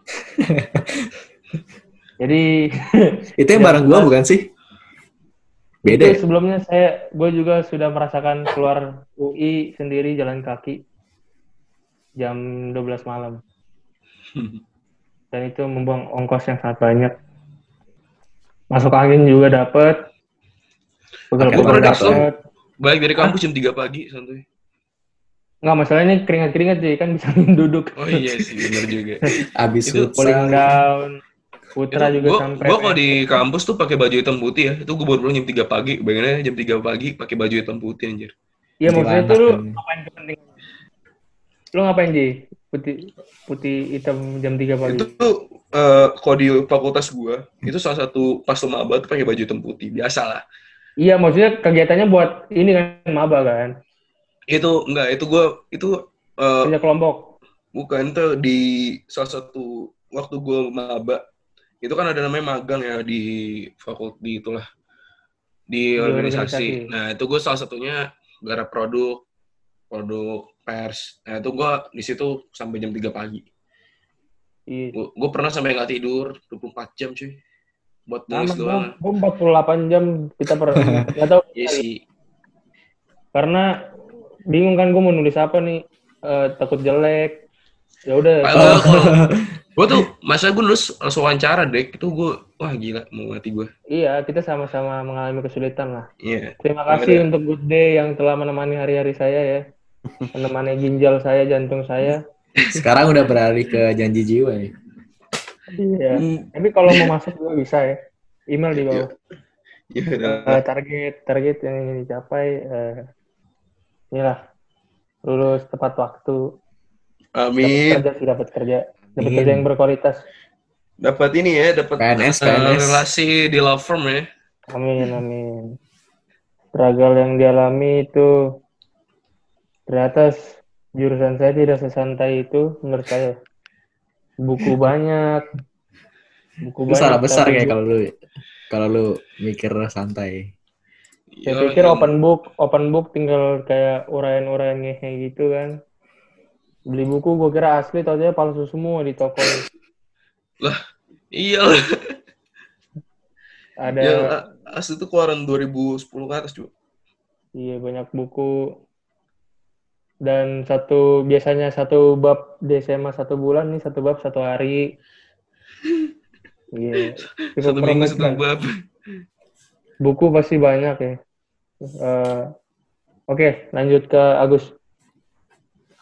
Jadi Itu yang bareng gua bukan sih? Beda ya? Itu sebelumnya saya, gue juga sudah merasakan keluar U I sendiri jalan kaki jam dua belas malam. Dan itu membuang ongkos yang sangat banyak. Masuk angin juga dapet. Gue Pegel-pegel pernah dapet. dapet. Balik dari kampus jam tiga pagi, santuy. Nggak, masalahnya keringat-keringat sih, kan bisa duduk. Oh iya sih, bener juga. Abis Itu Cooling futsal. down. Putra Itu juga gua, sampai. gua kalau di kampus tuh pakai baju hitam putih ya. Itu gua baru pulang jam tiga pagi. Bayangannya jam tiga pagi pakai baju hitam putih anjir. Iya, maksudnya Kuntilanak tuh lu kan. ngapain kepentingan? Lu ngapain, Ji? Putih putih hitam jam tiga pagi. Itu tuh uh, kalau di fakultas gua, itu salah satu pas lu maba tuh pakai baju hitam putih. Biasalah. Iya, maksudnya kegiatannya buat ini kan, maba kan? Itu enggak, itu gua itu uh, Kerja kelompok. bukan tuh di salah satu waktu gua maba. Itu kan ada namanya magang ya di fakultas di itulah di, Di organisasi. organisasi. Nah, itu gue salah satunya garap produk, produk pers. Nah, itu gue di situ sampai jam tiga pagi. Iya. Gue pernah sampai nggak tidur dua puluh empat jam cuy. Buat nulis Sama, doang. gue empat puluh delapan jam kita per nggak tahu. Iya sih. Karena bingung kan gue mau nulis apa nih, uh, takut jelek. Ya udah. Padahal kalau gue tuh masa gue nulis langsung wawancara deh, itu gue wah gila mau mati gue. Iya, kita sama-sama mengalami kesulitan lah. Iya. Terima kasih untuk Good Day yang telah menemani hari-hari saya ya, menemani ginjal saya, jantung saya. Sekarang udah beralih ke janji jiwa nih. Iya. Tapi kalau mau masuk juga bisa ya. Email di bawah. Iya. Uh, target target yang ingin dicapai, uh, inilah lulus tepat waktu. Amin. Dapat kerja sih, dapat kerja. Dapat kerja yang berkualitas. Dapat ini ya, dapat P N S, P N S. relasi di law firm ya. Amin, amin. Struggle yang dialami itu ternyata jurusan saya tidak sesantai itu menurut saya. Buku banyak. Buku Lu banyak. salah besar tapi kayak bu- kalau lu kalau lu mikir santai. Saya Iya, pikir iya. open book, open book tinggal kayak uraian-uraian ngehe gitu kan. Beli buku gue kira asli, tau aja palsu semua di toko. Lah, iya lah. Ada, Yang a- asli itu keluaran dua ribu sepuluh ke atas juga. iya banyak buku. Dan satu, biasanya satu bab di S M A satu bulan, nih satu bab satu hari. Iya. Cukup Satu minggu satu meremukkan. bab. Buku pasti banyak ya. Uh, Oke, lanjut ke Agus.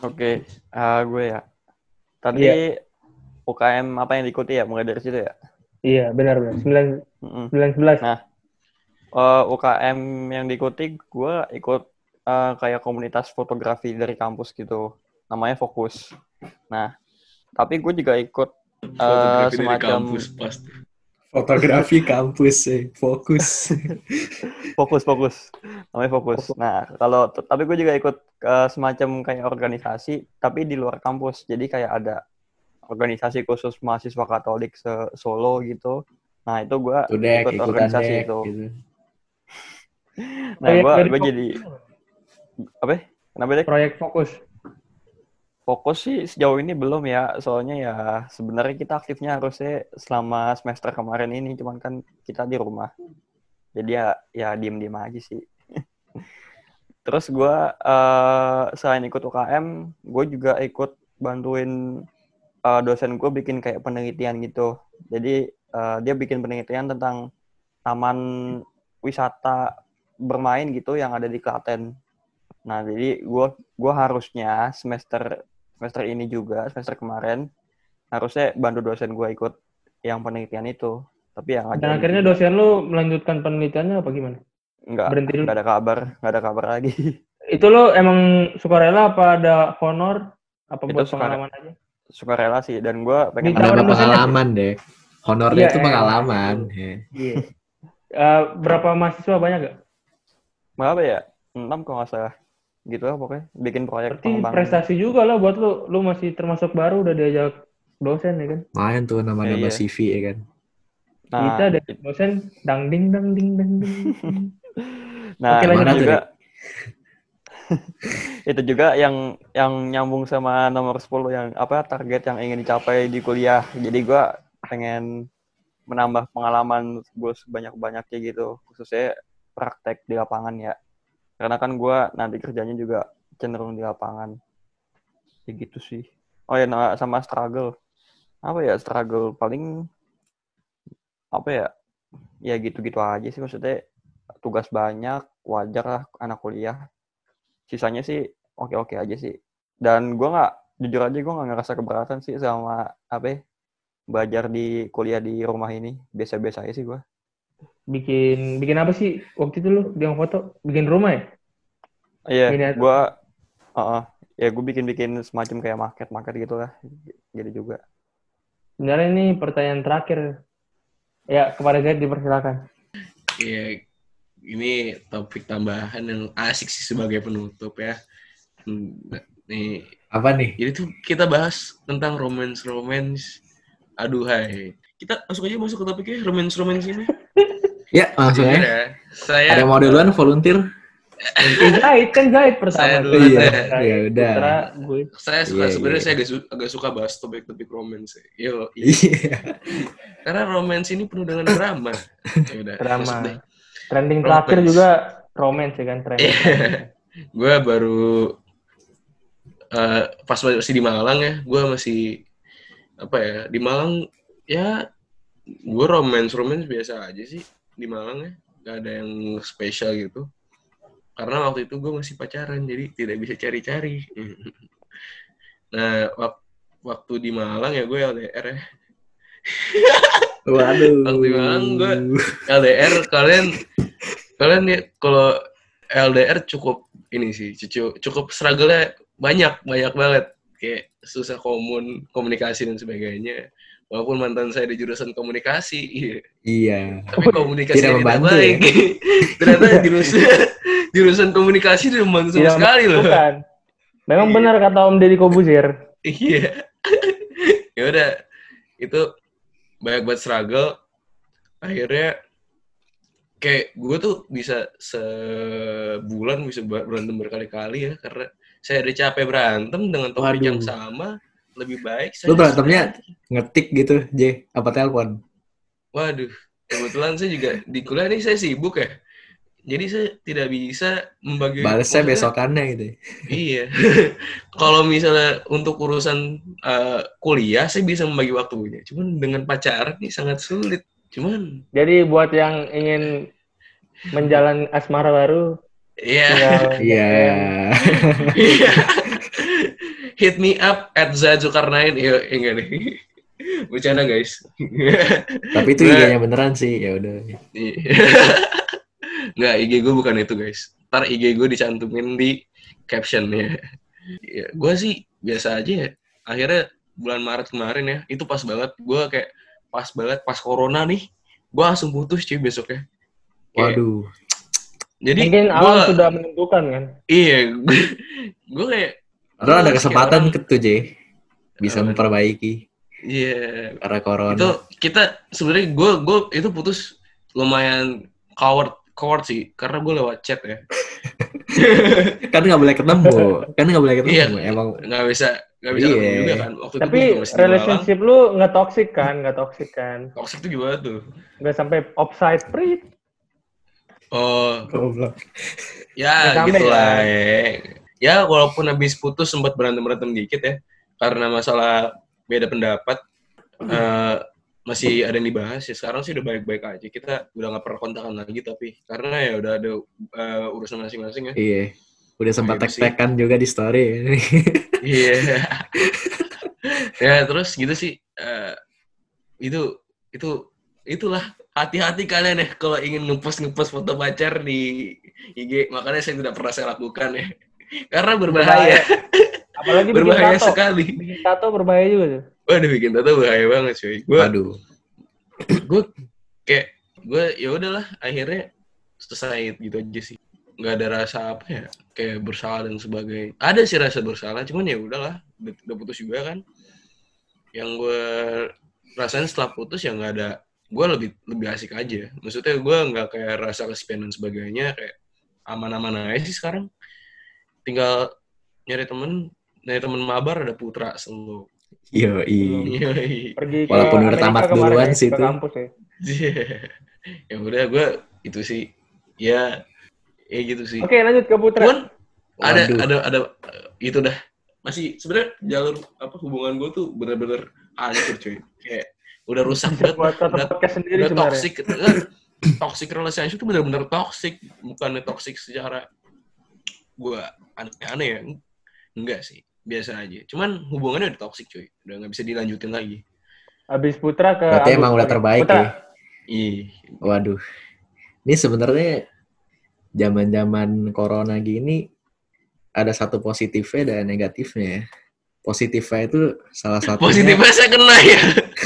Oke, ah gue ya. Tadi Iya. U K M apa yang diikuti ya? Mulai dari situ ya. Iya, benar benar. sembilan Mm-mm. sembilan sebelas. Nah, eh, U K M yang diikuti, gue ikut eh, kayak komunitas fotografi dari kampus gitu. Namanya Fokus. Nah, tapi gue juga ikut eh, Fotografi dari semacam kampus pasti. Fotografi kampus, eh. Fokus. fokus fokus namanya fokus. Nah, kalau tapi gue juga ikut eh, semacam kayak organisasi tapi di luar kampus. Jadi kayak ada organisasi khusus mahasiswa Katolik se Solo gitu. Nah, itu gue Tuh dek, ikut ikutan organisasi dek. itu. Gitu. Nah, Proyek gue dari gue Fokus. jadi apa? ya? Kenapa deh? Proyek Fokus. Fokus sih sejauh ini belum ya. Soalnya ya sebenarnya kita aktifnya harusnya selama semester kemarin ini, cuman kan kita di rumah. Jadi ya ya diem-diem aja sih. Terus gue uh, selain ikut U K M, gue juga ikut bantuin uh, dosen gue bikin kayak penelitian gitu. Jadi uh, dia bikin penelitian tentang taman wisata bermain gitu yang ada di Klaten. Nah, jadi gue gue harusnya semester semester ini juga semester kemarin harusnya bantu dosen gue ikut yang penelitian itu. Tapi yang Dan akhirnya dosen lu melanjutkan penelitiannya apa gimana? Enggak, Berhenti dulu. enggak ada kabar, enggak ada kabar lagi. Itu lo emang sukarela apa ada honor? Apa Itu buat suka- pengalaman aja? Suka rela sih, dan gue pengen Ditawarin Ada dosennya pengalaman deh. Honornya Iya, itu eh. pengalaman. Eh. Iya. Eh, berapa mahasiswa banyak gak? berapa ya? enam kalau nggak salah. Gitu lah pokoknya. Bikin proyek Berarti pengembangan. prestasi juga lah buat lu. Lu masih termasuk baru udah diajak dosen ya kan? Main tuh nama-nama Iya. C V ya kan. Nah, Kita ada it- dosen dang ding dang ding dang ding. nah Oke, lanjut itu tuh, juga itu juga yang yang nyambung sama nomor sepuluh yang apa target yang ingin dicapai di kuliah. Jadi gue pengen menambah pengalaman gue sebanyak-banyaknya gitu, khususnya praktek di lapangan ya. Karena kan gue nanti kerjanya juga cenderung di lapangan. Ya gitu sih. Oh ya, nah, sama struggle. Apa ya struggle paling apa ya? Ya gitu-gitu aja sih, maksudnya tugas banyak, wajar lah anak kuliah. Sisanya sih oke-oke aja sih. Dan gue nggak, jujur aja gue nggak ngerasa keberatan sih sama apa ya, belajar di kuliah di rumah ini. Biasa-biasa aja sih gue. Bikin bikin apa sih waktu itu lu dia foto? Bikin rumah ya? Iya, Miniatur. gue uh, ya gue bikin-bikin semacam kayak market-market gitu lah. Gitu juga. Sebenarnya ini pertanyaan terakhir. Ya, kepada saya dipersilakan. Iya, ini topik tambahan yang asik sih sebagai penutup ya. Hmm, Nih, Apa nih? jadi tuh kita bahas tentang romance-romance. Aduhai. Kita masuk aja masuk ke topiknya romance-romance ini. Ya, langsung Jadi ya. ya, saya Ada yang mau duluan volunteer? Eh, Zahid kan Zahid pertama. Saya duluan Iya, deh. Zahid, ya udah. Putra, gue. Saya suka Iya, sebenarnya iya. saya agak, su- agak suka bahas topik-topik romance. Yo, iya. Iya. Karena romance ini penuh dengan drama. Ya udah, Drama. masuk deh. Trending Romance. terakhir juga romance ya kan trending. Gue baru uh, pas masih di Malang ya, gue masih apa ya di Malang ya, gue romance romance biasa aja sih di Malang ya, gak ada yang spesial gitu. Karena waktu itu gue masih pacaran, jadi tidak bisa cari-cari. Nah, wak- waktu di Malang ya gue L D R ya. Waduh. Waktu di Malang gue L D R, kalian kalian ya kalau L D R cukup ini sih, cukup cukup struggle-nya banyak, banyak banget. Kayak susah komun, komunikasi dan sebagainya. Walaupun mantan saya di jurusan komunikasi, iya. Iya. Tapi komunikasinya Tidak tidak, membantu, baik. Ternyata jurusan jurusan komunikasi tidak membantu sama Tidak sekali loh. Bukan. Memang Iya. benar kata Om Deddy Kobuzir. Iya. Ya udah, itu banyak banget struggle. Akhirnya kayak gue tuh bisa sebulan bisa berantem berkali-kali ya, karena saya udah capek berantem dengan topik Waduh. yang sama. Lebih baik saya Lu berantemnya ngetik gitu, J, apa telepon? Waduh, kebetulan saya juga di kuliah ini saya sibuk ya. Jadi saya tidak bisa membagi Balesnya maksudnya- besokannya gitu. Iya. Kalau misalnya untuk urusan uh, kuliah saya bisa membagi waktunya. Cuman dengan pacaran nih sangat sulit. Cuman Jadi buat yang ingin menjalani asmara baru, iya. tinggal Iya. Iya. hit me up at Zulkarnain. Iya, enggak nih. Bercanda guys. Tapi itu I G-nya beneran sih, ya udah. Nggak, I G gue bukan itu guys. Ntar I G gue dicantumin di captionnya. Ya, gue sih biasa aja ya. Akhirnya bulan Maret kemarin ya, itu pas banget. Gue kayak pas banget pas corona nih. Gue langsung putus cuy besoknya. Kayak, waduh. Jadi mungkin alam gua, sudah menentukan kan? Iya, gue, gue kayak. Padahal ada kesempatan ke tuh J, bisa uh, memperbaiki. Iya. Yeah. Karena corona. Itu kita sebenarnya gue gue itu putus lumayan coward coward sih, karena gue lewat chat ya. Kan nggak boleh ketemu, kan nggak boleh ketemu. Iya, emang nggak bisa nggak bisa iya. ketemu juga kan. Waktu tapi itu relationship lu nggak toxic kan? Nggak toxic kan? Toxic tuh gimana tuh? Nggak sampai offside free. Oh, goblok. Ya gitulah ya. Ya walaupun habis putus sempat berantem-berantem dikit ya, karena masalah beda pendapat, uh, masih ada yang dibahas ya. Sekarang sih udah baik-baik aja. Kita udah nggak pernah kontakan lagi, tapi karena ya udah ada uh, urusan masing-masing ya. Iya. Udah sempat nah, tek-tekan juga di story. Iya. Ya terus gitu sih. Uh, itu itu itulah. Hati-hati kalian ya kalau ingin ngepost ngepost foto pacar di I G. Makanya saya tidak pernah saya lakukan ya. Karena berbahaya. Apalagi berbahaya bikin tato. sekali. Bikin tato berbahaya juga tuh. Waduh, bikin tato bahaya banget cuy. Gue, Waduh. Gue kayak gue ya udahlah akhirnya selesai gitu aja sih. Nggak ada rasa apa ya, kayak bersalah dan sebagainya. Ada sih rasa bersalah, cuman ya udahlah, udah, udah putus juga kan. Yang gue rasain setelah putus ya nggak ada. Gue lebih lebih asik aja. Maksudnya gue nggak kayak rasa kesepian dan sebagainya, kayak aman-aman aja sih sekarang. Tinggal nyari temen, nyari temen mabar ada Putra selalu. Iya, iya. Pergi walaupun udah tamat duluan ya, sih itu. Kampus ya. Ya udah gue itu sih. Ya, ya gitu sih. Oke, lanjut ke Putra. Cuman ada ada ada itu dah. Masih sebenarnya jalur apa hubungan gue tuh benar-benar hancur cuy. Kayak udah rusak banget, udah, udah toxic, toxic relationship itu benar-benar toxic, bukannya toxic secara gue aneh-aneh ya, enggak sih, biasa aja. Cuman hubungannya udah toxic cuy, udah nggak bisa dilanjutin lagi. Habis Putra ke berarti emang udah terbaik Putra. Ya. Iya. Waduh, ini sebenarnya zaman-zaman corona gini ada satu positifnya dan negatifnya ya. Positifnya itu salah satunya. Positifnya saya kena ya.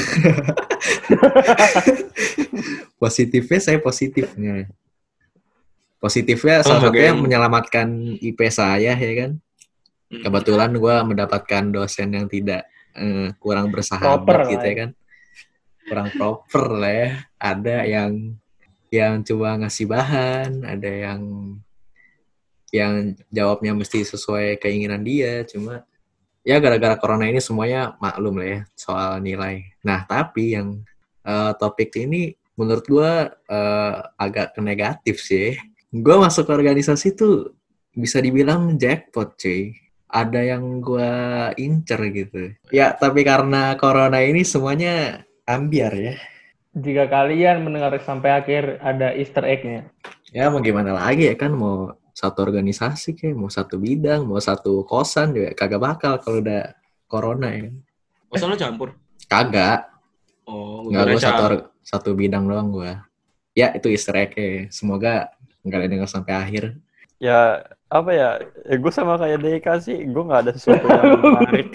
Positifnya saya positifnya. Positifnya salah oh, satunya menyelamatkan I P saya ya kan. Kebetulan gue mendapatkan dosen yang tidak eh, kurang bersahabat proper gitu ya kan. Kurang proper lah ya. Ada yang yang coba ngasih bahan, ada yang yang jawabnya mesti sesuai keinginan dia, cuma ya gara-gara corona ini semuanya maklum lah ya soal nilai. Nah tapi yang uh, topik ini menurut gue uh, agak negatif sih. Gue masuk ke organisasi tuh bisa dibilang jackpot cuy. Ada yang gue incer gitu. Ya tapi karena corona ini semuanya ambiar ya. Jika kalian mendengar sampai akhir ada Easter egg-nya. Ya mau gimana lagi ya kan, mau satu organisasi kayak, mau satu bidang, mau satu kosan juga kagak bakal kalau udah corona ya. Kosan lo campur? Kagak. Oh, nggak, gue satu, satu bidang doang gue. Ya itu Easter egg ya. Semoga nggak ada dengar sampai akhir. Ya apa ya, ya gue sama kayak Deka sih, gue nggak ada sesuatu yang menarik.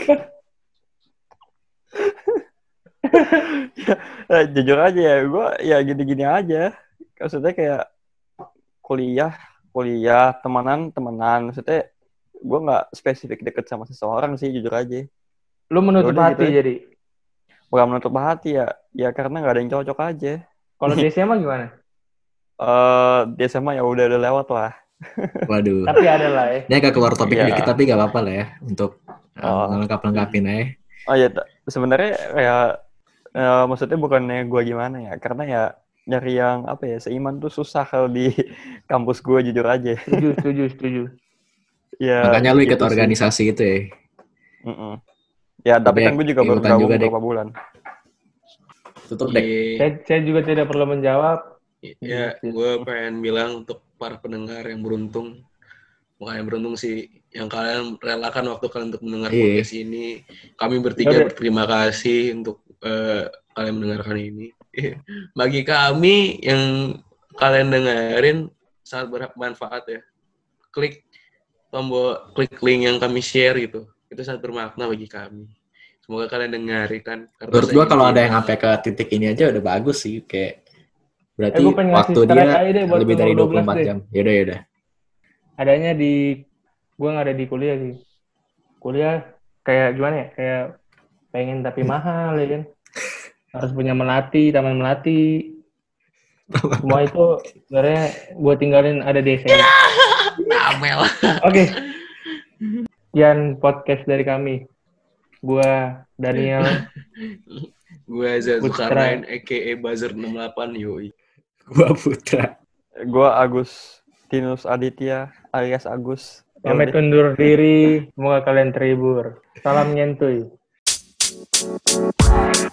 ya, jujur aja ya, gue ya gini-gini aja. Maksudnya kayak kuliah, kuliah, temanan, temanan. Maksudnya gue nggak spesifik deket sama seseorang sih, jujur aja. Lu menutup Yaudah, hati gitu jadi? Bukan menutup hati ya, ya karena nggak ada yang cocok aja. Kalau di S M A gimana? Eh uh, di S M A ya udah udah lewat lah. Waduh. Tapi ada lah ya. Ini agak keluar topik ya. Dikit tapi nggak apa-apa lah ya untuk oh. ngelengkap-lengkapin aja. Oh iya, sebenarnya kayak uh, maksudnya bukannya gue gimana ya, karena ya nyari yang apa ya seiman tuh susah kalau di kampus gue, jujur aja. Setuju, setuju, setuju. Ya, makanya lu ikut gitu organisasi sih. Itu ya. Mm-mm. Ya, tapi, tapi kan gue juga baru gabung beberapa bulan. Tutup deh. Saya, saya juga tidak perlu menjawab. Ya, gue pengen bilang untuk para pendengar yang beruntung Makanya beruntung sih yang kalian relakan waktu kalian untuk mendengar Iya. podcast ini. Kami bertiga Yaudah. berterima kasih untuk uh, kalian mendengarkan ini. Bagi kami yang kalian dengerin sangat bermanfaat ya. Klik tombol klik link yang kami share gitu. Itu sangat bermakna bagi kami. Semoga kalian dengarkan. Menurut gua kalau ada yang sampai ke titik ini aja udah bagus sih, kayak berarti Eh, gua pengen waktu ngasih dia strike aja deh buat lebih dari nomor dua puluh empat dua belas deh. jam. Yaudah yaudah. Adanya di gue nggak ada di kuliah sih. Kuliah kayak gimana ya? Kayak pengen tapi mahal ya kan. Harus punya melati, taman melati. Semua itu sebenarnya gue tinggalin ada di S M A. Amel. Oke. Sekian podcast dari kami. Gue Daniel. Gue Azazul Putra. Karnain a k a Buzzer enam puluh delapan yoi. Gua Putra. Gue Agustinus Aditya alias Agus. Pamit undur diri. Semoga kalian terhibur. Salam nyentuy.